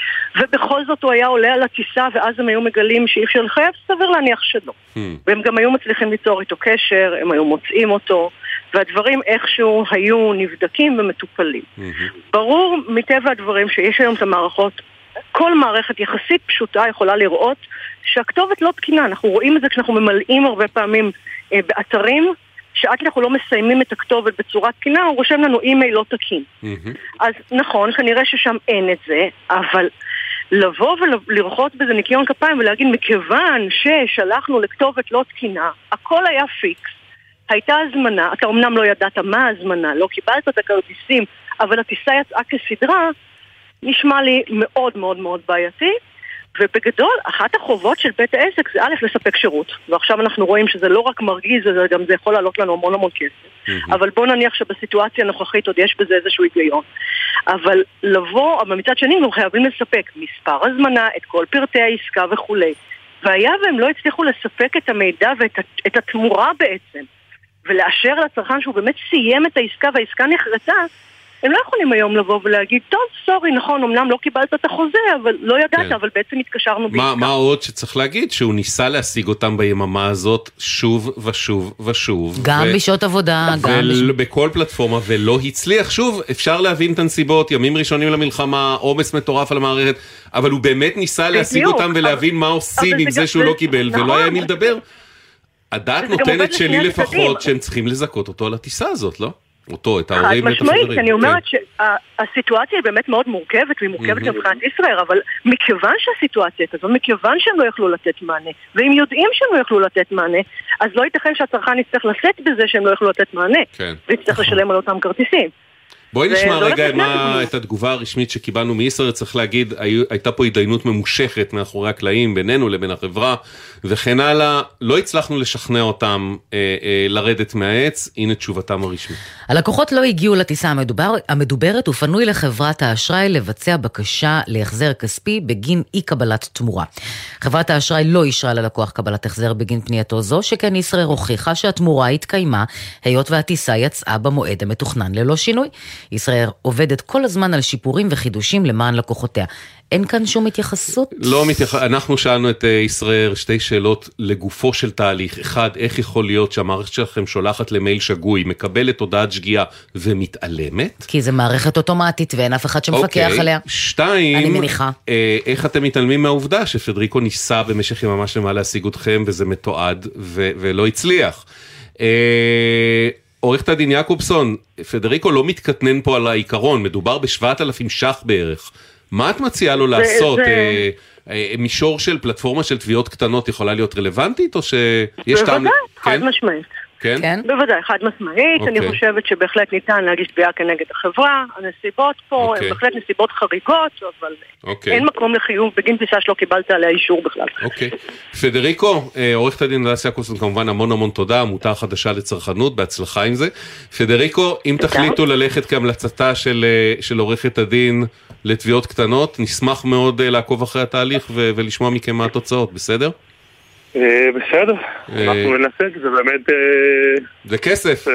ובכל זאת הוא היה עולה על הטיסה, ואז הם היו מגלים שאי אפשר לחייב, סביר להניח שלא. Mm-hmm. והם גם היו מצליחים ליצור איתו קשר, הם היו מוצאים אותו, והדברים איכשהו היו נבדקים ומטופלים. Mm-hmm. ברור מטבע הדברים שיש היום את המערכות, כל מערכת יחסית פשוטה יכולה לראות שהכתובת לא תקינה. אנחנו רואים את זה כשאנחנו ממלאים הרבה פעמים אה, באתרים, שעד אנחנו לא מסיימים את הכתובת בצורה תקינה, הוא רושם לנו אימייל לא תקין. Mm-hmm. אז נכון, כנראה ששם אין את זה, אבל לבוא ולרחות בזה ניקיון כפיים ולהגיד, מכיוון ששלחנו לכתובת לא תקינה, הכל היה פיקס, הייתה הזמנה, אתה אמנם לא ידעת מה הזמנה, לא קיבלת את הכרטיסים, אבל הטיסה יצאה כסדרה, נשמע לי מאוד מאוד מאוד בעייתי, ובגדול, אחת החובות של בית העסק זה א' לספק שירות, ועכשיו אנחנו רואים שזה לא רק מרגיז, זה גם זה יכול לעלות לנו המון המון כסף, mm-hmm. אבל בוא נניח שבסיטואציה הנוכחית עוד יש בזה איזשהו היגיון, אבל לבוא, אבל מצד שני אנחנו חייבים לספק מספר הזמנה, את כל פרטי העסקה וכולי, והיה והם לא הצליחו לספק את המידע ואת את התמורה בעצם, ולאשר לצרכן שהוא באמת סיים את העסקה והעסקה נחרטה, הם לא יכולים היום לבוא ולהגיד, טוב, סורי, נכון, אמנם לא קיבלת את החוזה, אבל לא ידעת, כן. אבל בעצם התקשרנו בעסקה. מה עוד שצריך להגיד? שהוא ניסה להשיג אותם ביממה הזאת שוב ושוב ושוב. גם ו... בשעות עבודה, ו... גם בשעות... בכל פלטפורמה, ולא הצליח. שוב, אפשר להבין את הנסיבות, ימים ראשונים למלחמה, עומס מטורף על המערכת, אבל הוא באמת ניסה להשיג אותם ולהבין מה עושים עם זה שהוא לא קיבל, ולא היה מי לדבר. הדעת נותנת שלי לפחות שהם צריכים לזכות אותו על הטיסה הזאת, לא? אותו, את ההורים ואת החברים. משמעית, אני אומרת שהסיטואציה היא באמת מאוד מורכבת, והיא מורכבת מבחינת ישראל, אבל מכיוון שהסיטואציה כזו, מכיוון שהם לא יכלו לתת מענה, ואם יודעים שהם לא יכלו לתת מענה, אז לא ייתכן שהצרכן יצטרך לשאת בזה שהם לא יכלו לתת מענה, ויצטרך לשלם על אותם כרטיסים. בואי נשמע רגע מה, את התגובה הרשמית שקיבלנו מישראל. צריך להגיד, הייתה פה התדיינות ממושכת מאחורי הקלעים בינינו לבין החברה וכן הלאה. לא הצלחנו לשכנע אותם אה, אה, לרדת מהעץ. הנה תשובתם הרשמית. הלקוחות לא הגיעו לטיסה המדובר, המדוברת ופנוי לחברת האשראי לבצע בקשה להחזר כספי בגין אי קבלת תמורה. חברת האשראי לא אישרה ללקוח קבלת החזר בגין פנייתו זו, שכן ישראל הוכיחה שהתמורה התקיימה היות והטיסה יצאה במועד המתוכנן ללא שינוי. ישראל עובדת כל הזמן על שיפורים וחידושים למען לקוחותיה. אין כאן שום התייחסות? לא מתייחס... אנחנו שאלנו את ישראל שתי שאלות לגופו של תהליך. אחד, איך יכול להיות שהמערכת שלכם שולחת למייל שגוי, מקבלת הודעת שגיאה ומתעלמת? כי זה מערכת אוטומטית ואין אף אחד שמפקח אוקיי. עליה. שתיים, אני מניחה. אה, איך אתם מתעלמים מהעובדה שפדריקו ניסה במשך יממה שלמה להשיג אתכם וזה מתועד ו... ולא הצליח? אה... עורכת הדין יעקובסון, פדריקו לא מתקטנן פה על העיקרון, מדובר בשבעת אלפים שח בערך. מה את מציעה לו לעשות? אה, אה, מישור של פלטפורמה של תביעות קטנות יכולה להיות רלוונטית, או שיש טעם... בוודאי, חד משמעית. כן? כן? בוודאי, חד משמעית. אוקיי. אני חושבת שבהחלט ניתן להגיש תביעה כנגד החברה. הנסיבות פה אוקיי. הן בהחלט נסיבות חריגות, אבל אוקיי. אין מקום לחיוב בגין טיסה שלא קיבלת עליה אישור בכלל. אוקיי. פדריקו, עורכת הדין הדס יעקובסון, כמובן המון המון תודה, עמותה חדשה לצרכנות, בהצלחה עם זה. פדריקו, אם תחליטו ללכת כהמלצתה של, של עורכת הדין לתביעות קטנות, נשמח מאוד לעקוב אחרי התהליך ו- ולשמוע מכם מה התוצאות, בסדר? בסדר, אנחנו ננסה, זה באמת... זה כסף,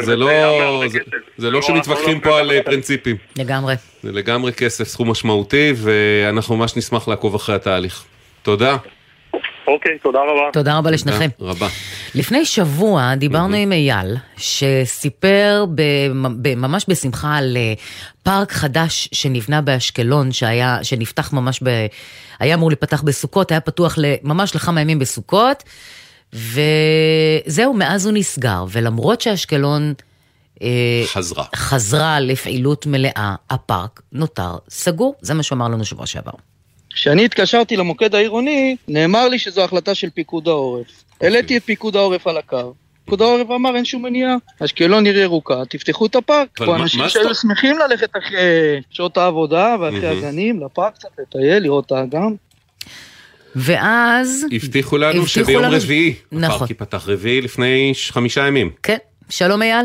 זה לא שמתווכחים פה על פרינציפים. לגמרי. זה לגמרי כסף, סכום משמעותי, ואנחנו ממש נשמח לעקוב אחרי התהליך. תודה. אוקיי, תודה רבה. תודה רבה לשניכם. רבה. לפני שבוע דיברנו עם אייל, שסיפר ממש בשמחה על פארק חדש שנבנה באשקלון, שנפתח ממש, היה אמור לפתח בסוכות, היה פתוח ממש לכמה ימים בסוכות, וזהו, מאז הוא נסגר, ולמרות שאשקלון חזרה. חזרה לפעילות מלאה, הפארק נותר סגור. זה מה שאמר לנו שבוע שעבר. כשאני התקשרתי למוקד העירוני, נאמר לי שזו החלטה של פיקוד העורף. העליתי את פיקוד העורף על הקו. פיקוד העורף אמר, אין שום מניעה. אשקלון עיר ירוקה, תפתחו את הפארק. פה אנשים שהיו שמחים ללכת אחרי שעות העבודה ואחרי הגנים, לפארק קצת, לטייל, לראות את האגם. ואז... הבטיחו לנו שביום רביעי, הפארק ייפתח רביעי לפני חמישה ימים. כן, שלום אייל.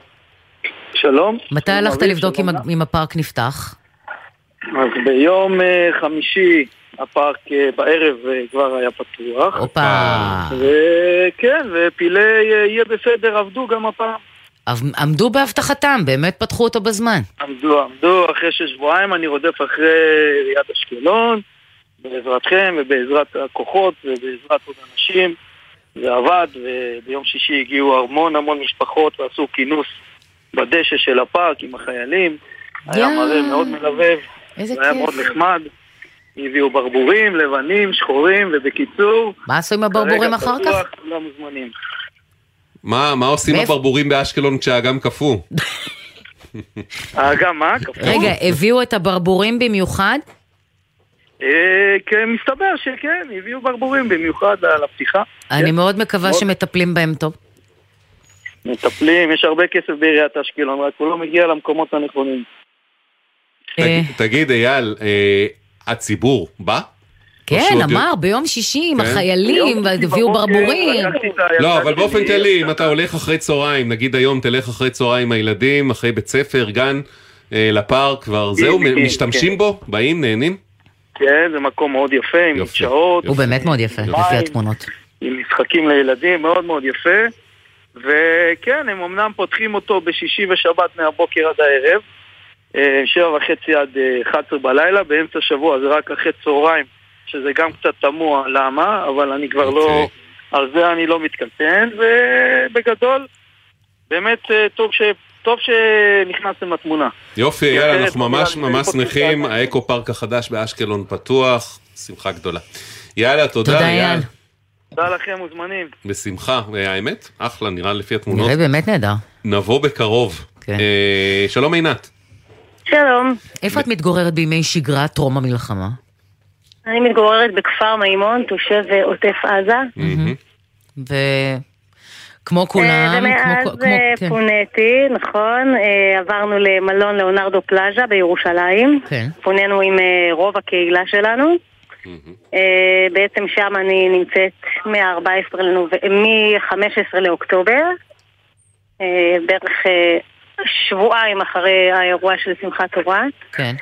שלום. מתי הלכת לבדוק אם הפארק נפתח? אז ביום חמישי הפארק בערב כבר היה פתוח. אופה. וכן, ופילי יהיה בסדר עבדו גם הפעם. עמדו בהבטחתם, באמת פתחו אותו בזמן. עמדו, עמדו, אחרי ששבועיים אני רודף אחרי עיריית אשקלון, בעזרתכם ובעזרת הכוחות ובעזרת עוד אנשים. זה עבד, וביום שישי הגיעו המון המון משפחות ועשו כינוס בדשא של הפארק עם החיילים. היה מראה מאוד מלבב. זה היה מאוד נחמד, הביאו ברבורים, לבנים, שחורים, ובקיצור... מה עשו עם הברבורים אחר כך? לא מוזמנים. מה, מה עושים הברבורים באשקלון כשהאגם קפוא? האגם מה? קפוא? רגע, הביאו את הברבורים במיוחד? כן, מסתבר שכן, הביאו ברבורים במיוחד על הפתיחה. אני מאוד מקווה שמטפלים בהם טוב. מטפלים, יש הרבה כסף בעיריית אשקלון, רק הוא לא מגיע למקומות הנכונים. תגיד אייל, הציבור בא? כן, אמר, ביום שישי עם החיילים, והביאו ברבורים. לא, אבל באופן כללי, אם אתה הולך אחרי צהריים, נגיד היום תלך אחרי צהריים עם הילדים, אחרי בית ספר, גן, לפארק, כבר זהו, משתמשים בו? באים, נהנים? כן, זה מקום מאוד יפה, עם מדשאות. הוא באמת מאוד יפה, לפי התמונות. עם משחקים לילדים, מאוד מאוד יפה. וכן, הם אמנם פותחים אותו בשישי ושבת מהבוקר עד הערב, שבע וחצי עד אחת עשרה בלילה, באמצע שבוע זה רק אחרי צהריים, שזה גם קצת תמוה למה, אבל אני כבר לא, על זה אני לא מתקלטן, ובגדול, באמת טוב ש... טוב שנכנסתם לתמונה. יופי, יאללה, אנחנו ממש ממש שמחים, האקו פארק החדש באשקלון פתוח, שמחה גדולה. יאללה, תודה, תודה יאל. תודה לכם, מוזמנים. בשמחה, האמת, אחלה, נראה לפי התמונות. נראה באמת נהדר. נבוא בקרוב. כן. אה, שלום עינת. שלום. איפה את מתגוררת בימי שגרה טרום המלחמה? אני מתגוררת בכפר מימון, תושב עוטף עזה. וכמו כולם, ומאז פוניתי, נכון, עברנו למלון לאונרדו פלאז'ה בירושלים. פונינו עם רוב הקהילה שלנו. בעצם שם אני נמצאת מ-חמישה עשר לאוקטובר, בערך שבועיים אחרי האירוע של שמחת תורה. כן.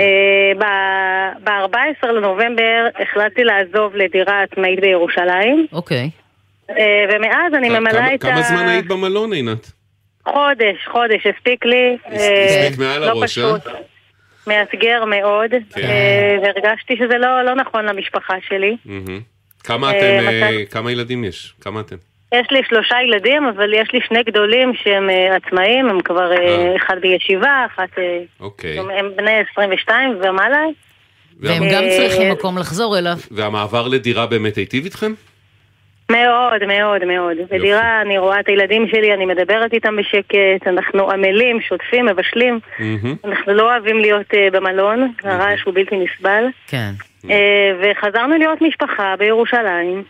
ב-ארבעה עשר לנובמבר החלטתי לעזוב לדירה עצמאית בירושלים. אוקיי. ומאז אני ממלאה את ה... כמה זמן היית במלון, עינת? חודש, חודש, הספיק לי. הספיק מעל הראש, אה? מאתגר מאוד, והרגשתי שזה לא נכון למשפחה שלי. כמה אתם, כמה ילדים יש? כמה אתם? יש לי שלושה ילדים, אבל יש לי שני גדולים שהם עצמאים, הם כבר אחד בישיבה, אחת הם בני עשרים ושתיים ומעלה. והם גם צריכים מקום לחזור אליו. והמעבר לדירה באמת היטיב איתכם? מאוד, מאוד, מאוד. בדירה אני רואה את הילדים שלי, אני מדברת איתם בשקט, אנחנו עמלים, שוטפים, מבשלים. אנחנו לא אוהבים להיות במלון, הרעש הוא בלתי נסבל. כן. וחזרנו להיות משפחה בירושלים,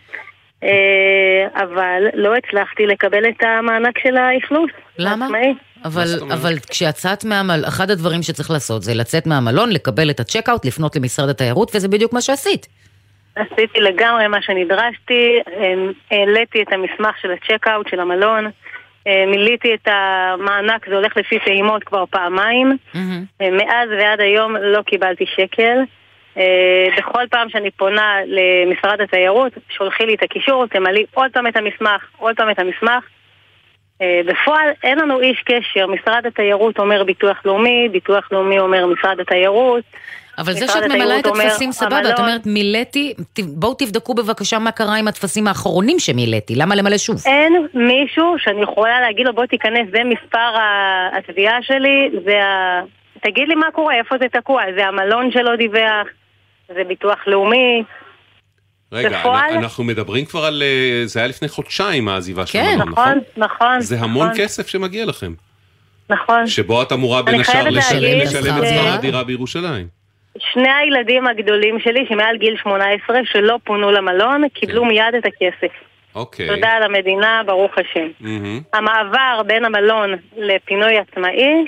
אבל לא הצלחתי לקבל את המענק של האכלוס. למה? אבל, אבל כשיצאת מהמלון, אחד הדברים שצריך לעשות זה לצאת מהמלון, לקבל את הצ'קאוט, לפנות למשרד התיירות, וזה בדיוק מה שעשית. עשיתי לגמרי מה שנדרשתי, העליתי את המסמך של הצ'קאוט של המלון, מיליתי את המענק, זה הולך לפי טעימות כבר פעמיים, מאז ועד היום לא קיבלתי שקל. בכל פעם שאני פונה למשרד התיירות, שולחי לי את הקישור, תמלאי עוד פעם את המסמך, עוד פעם את המסמך. בפועל אין לנו איש קשר, משרד התיירות אומר ביטוח לאומי, ביטוח לאומי אומר משרד התיירות. אבל זה שאת ממלאה את התפסים סבבה, את אומרת מילאתי, בואו תבדקו בבקשה מה קרה עם התפסים האחרונים שמילאתי, למה למלא שוב? אין מישהו שאני יכולה להגיד לו בוא תיכנס, זה מספר התביעה שלי, זה ה... תגיד לי מה קורה, איפה זה תקוע, זה המלון שלא דיווח, זה ביטוח לאומי. רגע, בפועל... אנחנו מדברים כבר על, זה היה לפני חודשיים העזיבה של המלון, נכון? נכון, נכון. זה המון נכון. כסף שמגיע לכם. נכון. שבו את אמורה בין השאר לשלם לשלם את שכר הדירה בירושלים. שני הילדים הגדולים שלי שמעל גיל שמונה עשרה שלא פונו למלון קיבלו מיד את הכסף. אוקיי. תודה על המדינה, ברוך השם. המעבר בין המלון לפינוי עצמאי,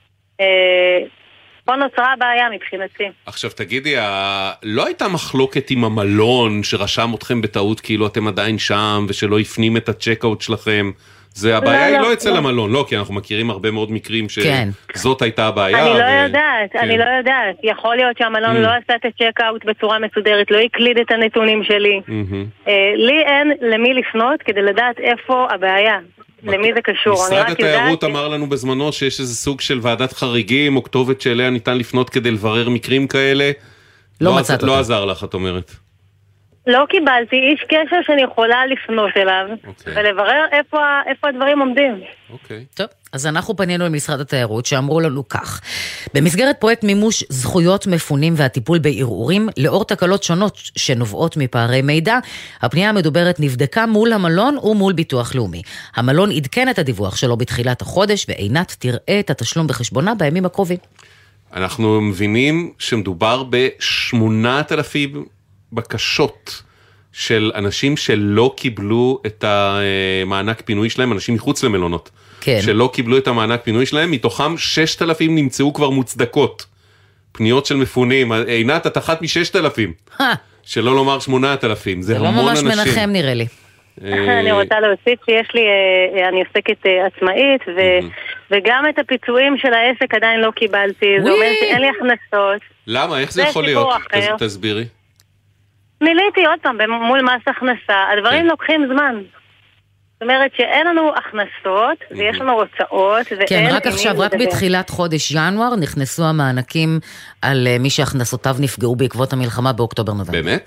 פה נוצרה הבעיה מבחינתי. עכשיו תגידי, לא הייתה מחלוקת עם המלון שרשם אתכם בטעות כאילו אתם עדיין שם ושלא הפנים את הצ'קאוט שלכם? זה הבעיה היא לא אצל המלון, לא, כי אנחנו מכירים הרבה מאוד מקרים שזאת הייתה הבעיה. אני לא יודעת, אני לא יודעת. יכול להיות שהמלון לא עשה את הצ'קאוט בצורה מסודרת, לא הקליד את הנתונים שלי. לי אין למי לפנות כדי לדעת איפה הבעיה. למי זה קשור? משרד התיירות אמר לנו בזמנו שיש איזה סוג של ועדת חריגים או כתובת שאליה ניתן לפנות כדי לברר מקרים כאלה. לא מצאת אותה. לא עזר לך, את אומרת. לא קיבלתי איש קשר שאני יכולה לפנות אליו, ולברר איפה, איפה הדברים עומדים. אוקיי. טוב, אז אנחנו פנינו למשרד התיירות שאמרו לנו כך. במסגרת פרויקט מימוש זכויות מפונים והטיפול בערעורים, לאור תקלות שונות שנובעות מפערי מידע, הפנייה המדוברת נבדקה מול המלון ומול ביטוח לאומי. המלון עדכן את הדיווח שלו בתחילת החודש, ועינת תראה את התשלום בחשבונה בימים הקרובים. אנחנו מבינים שמדובר ב-שמונת אלפים בקשות של אנשים שלא קיבלו את המענק פינוי שלהם, אנשים מחוץ למלונות, כן. שלא קיבלו את המענק פינוי שלהם, מתוכם ששת אלפים נמצאו כבר מוצדקות. פניות של מפונים, עינת, את אחת מששת אלפים, שלא לומר שמונת אלפים, זה, זה המון אנשים. זה לא ממש מנחם נראה לי. אני רוצה להוסיף שיש לי, אני עוסקת עצמאית, וגם את הפיצויים של העסק עדיין לא קיבלתי, זה אומר שאין לי הכנסות. למה? איך זה יכול להיות? תסבירי. מיליתי עוד פעם מול מס הכנסה, הדברים לוקחים זמן. זאת אומרת שאין לנו הכנסות ויש לנו הוצאות. כן, רק עכשיו, רק בתחילת חודש ינואר נכנסו המענקים על מי שהכנסותיו נפגעו בעקבות המלחמה באוקטובר נובמבר. באמת? כן.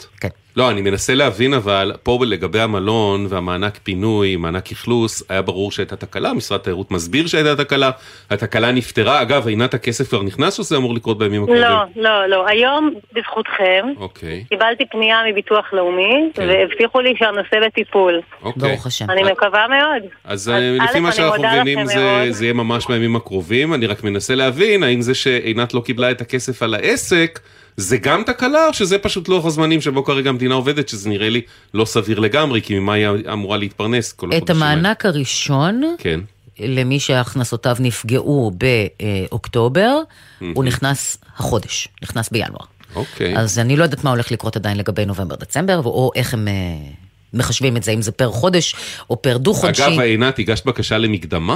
לא, אני מנסה להבין, אבל פה לגבי המלון והמענק פינוי, מענק אכלוס, היה ברור שהייתה תקלה, משרד התיירות מסביר שהייתה תקלה, התקלה נפתרה, אגב, עינת הכסף כבר נכנס או זה אמור לקרות בימים הקרובים? לא, לא, לא, היום בזכותכם, אוקיי. קיבלתי פנייה מביטוח לאומי, והבטיחו לי שהנושא בטיפול. אוקיי. ברוך השם. אני מקווה מאוד. אז לפי מה שאנחנו מבינים זה יהיה ממש בימים הקרובים, אני רק מנסה להבין, האם זה שעינת לא קיבלה את הכסף על העסק, זה גם תקלה, או שזה פשוט לוח הזמנים שבו כרגע המדינה עובדת, שזה נראה לי לא סביר לגמרי, כי ממה היא אמורה להתפרנס כל החודשים. את המענק הראשון, כן. למי שהכנסותיו נפגעו באוקטובר, הוא נכנס החודש, נכנס בינואר. אוקיי. אז אני לא יודעת מה הולך לקרות עדיין לגבי נובמבר-דצמבר, או איך הם מחשבים את זה, אם זה פר חודש או פר דו-חודשי. אגב, עינת, הגשת בקשה למקדמה?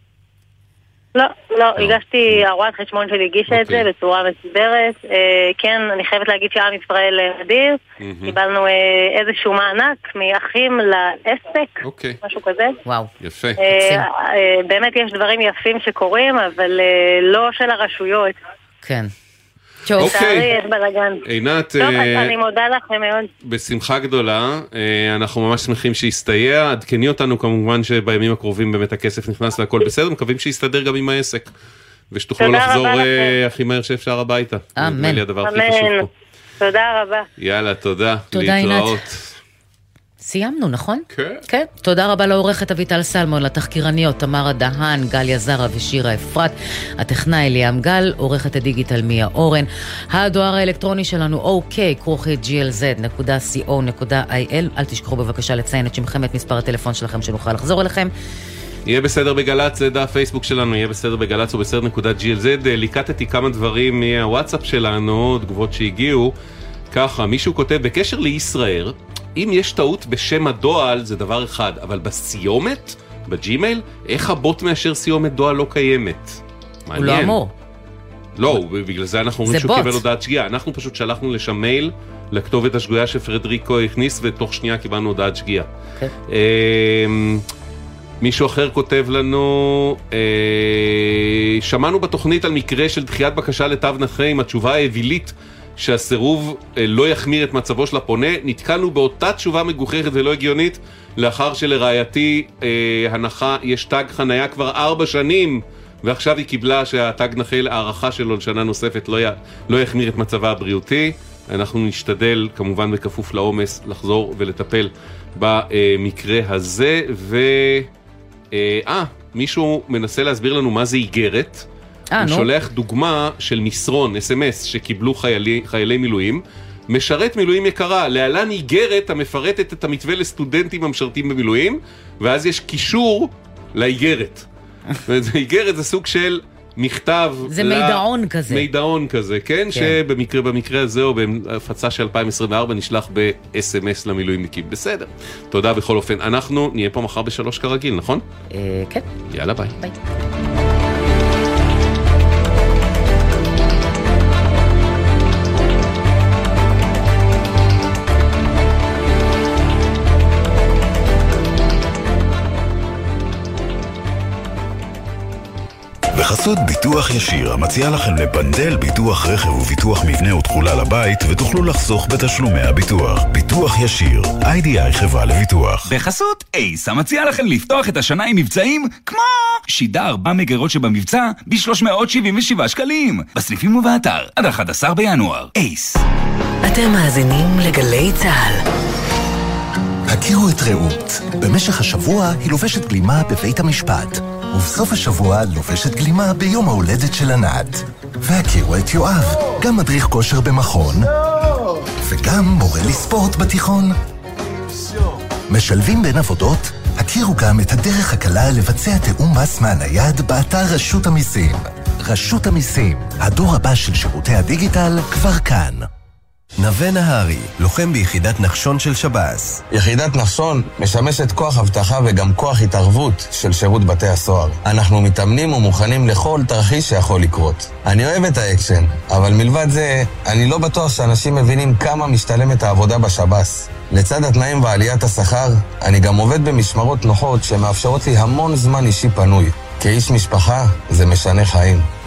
לא, לא, הגשתי, הרואת חשבון שלי הגישה את זה בצורה מסודרת. כן, אני חייבת להגיד שעם ישראל נדיר, קיבלנו איזשהו מענק מאחים לעסק, משהו כזה. וואו, יפה. באמת יש דברים יפים שקורים, אבל לא של הרשויות. כן. אוקיי, בלגן. עינת, טוב, אני מודה לכם מאוד. בשמחה גדולה, אנחנו ממש שמחים שיסתייע, עדכני אותנו כמובן שבימים הקרובים באמת הכסף נכנס והכל בסדר, מקווים שיסתדר גם עם העסק, ושתוכלו לחזור הכי מהר שאפשר הביתה. אמן. אמן. תודה רבה. יאללה, תודה. תודה עינת. סיימנו, נכון? כן. כן. תודה רבה לעורכת אביטל סלמון, לתחקירניות תמרה דהן, גליה זרה ושירה אפרת, הטכנאי ליאם גל, עורכת הדיגיטל מיה אורן. הדואר האלקטרוני שלנו אוקיי, כרוכית ג'י אל זד נקודה סי או נקודה איי אל. אל תשכחו בבקשה לציין את שמכם, את מספר הטלפון שלכם שנוכל לחזור אליכם. יהיה בסדר בגלץ, זה דף פייסבוק שלנו, יהיה בסדר בגלץ או בסדר נקודה ג'י אל זד. ליקטתי כמה דברים מהוואטסאפ שלנו, תגובות שהגיעו. ככה, מישהו כותב, בקשר לישראל, אם יש טעות בשם הדואל זה דבר אחד, אבל בסיומת, בג'ימייל, איך הבוט מאשר סיומת דואל לא קיימת? הוא לא אמור. לא, בגלל זה אנחנו אומרים שהוא קיבל הודעת שגיאה. אנחנו פשוט שלחנו לשם מייל לכתובת השגויה שפרדריקו הכניס, ותוך שנייה קיבלנו הודעת שגיאה. מישהו אחר כותב לנו, שמענו בתוכנית על מקרה של דחיית בקשה לתו נכה עם התשובה האווילית, שהסירוב לא יחמיר את מצבו של הפונה. נתקלנו באותה תשובה מגוחכת ולא הגיונית, לאחר שלרעייתי הנחה יש תג חנייה כבר ארבע שנים, ועכשיו היא קיבלה שהתג נכה הערכה שלו לשנה נוספת לא, י... לא יחמיר את מצבה הבריאותי. אנחנו נשתדל כמובן בכפוף לעומס לחזור ולטפל במקרה הזה. ו... אה, מישהו מנסה להסביר לנו מה זה איגרת. הוא שולח דוגמה של מסרון, אס אם אס, שקיבלו חיילי, חיילי מילואים. משרת מילואים יקרה, להלן איגרת המפרטת את המתווה לסטודנטים המשרתים במילואים, ואז יש קישור לאיגרת. איגרת זה סוג של מכתב. זה מידעון כזה. מידעון כזה, כן? כן. שבמקרה במקרה הזה, או בהפצה של אלפיים עשרים וארבע, נשלח ב-אס אם אס למילואימניקים. בסדר. תודה בכל אופן. אנחנו נהיה פה מחר בשלוש כרגיל, נכון? אה, כן. יאללה, ביי. ביי. בחסות ביטוח ישיר, המציע לכם לפנדל ביטוח רכב וביטוח מבנה ותכולה לבית, ותוכלו לחסוך בתשלומי הביטוח. ביטוח ישיר, איי די איי חברה לביטוח. בחסות אייס, המציע לכם לפתוח את השנה עם מבצעים כמו שידה ארבע מגירות שבמבצע ב-שלוש מאות שבעים ושבעה שקלים. בסניפים ובאתר, עד אחד עשר בינואר. אייס. אתם מאזינים לגלי צהל. הכירו את רעות. במשך השבוע היא לובשת גלימה בבית המשפט. ובסוף השבוע לובשת גלימה ביום ההולדת של ענת. והכירו את יואב, גם מדריך כושר במכון, וגם מורה לספורט בתיכון. משלבים בין עבודות? הכירו גם את הדרך הקלה לבצע תאום מס מהנייד באתר רשות המיסים. רשות המיסים, הדור הבא של שירותי הדיגיטל כבר כאן. נווה נהרי, לוחם ביחידת נחשון של שב"ס. יחידת נחשון משמשת כוח הבטחה וגם כוח התערבות של שירות בתי הסוהר. אנחנו מתאמנים ומוכנים לכל תרחיש שיכול לקרות. אני אוהב את האקשן, אבל מלבד זה, אני לא בטוח שאנשים מבינים כמה משתלמת העבודה בשב"ס. לצד התנאים ועליית השכר, אני גם עובד במשמרות נוחות שמאפשרות לי המון זמן אישי פנוי. כאיש משפחה, זה משנה חיים.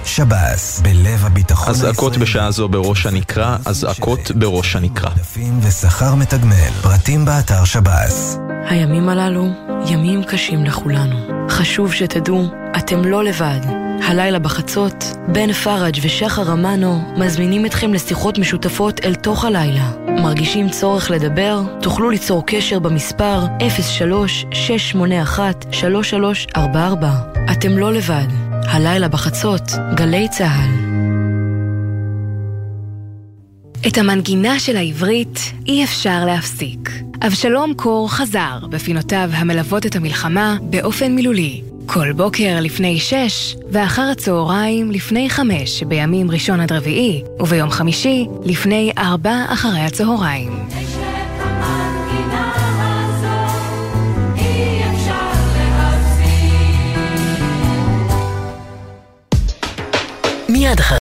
שב"ס, בלב הביטחון הישראלי. הזעקות בשעה זו בראש הנקרא, הזעקות בראש הנקרא. ושכר מתגמל, פרטים באתר שב"ס. הימים הללו ימים קשים לכולנו. חשוב שתדעו, אתם לא לבד. הלילה בחצות, בן פרג' ושחר אמנו מזמינים אתכם לשיחות משותפות אל תוך הלילה. מרגישים צורך לדבר? תוכלו ליצור קשר במספר אפס שלוש שש שמונה אחת שלוש שלוש ארבע ארבע. אתם לא לבד. הלילה בחצות, גלי צהל. את המנגינה של העברית אי אפשר להפסיק. אבשלום קור חזר בפינותיו המלוות את המלחמה באופן מילולי. כל בוקר לפני שש, ואחר הצהריים לפני חמש בימים ראשון עד רביעי, וביום חמישי לפני ארבע אחרי הצהריים. מיד אחרי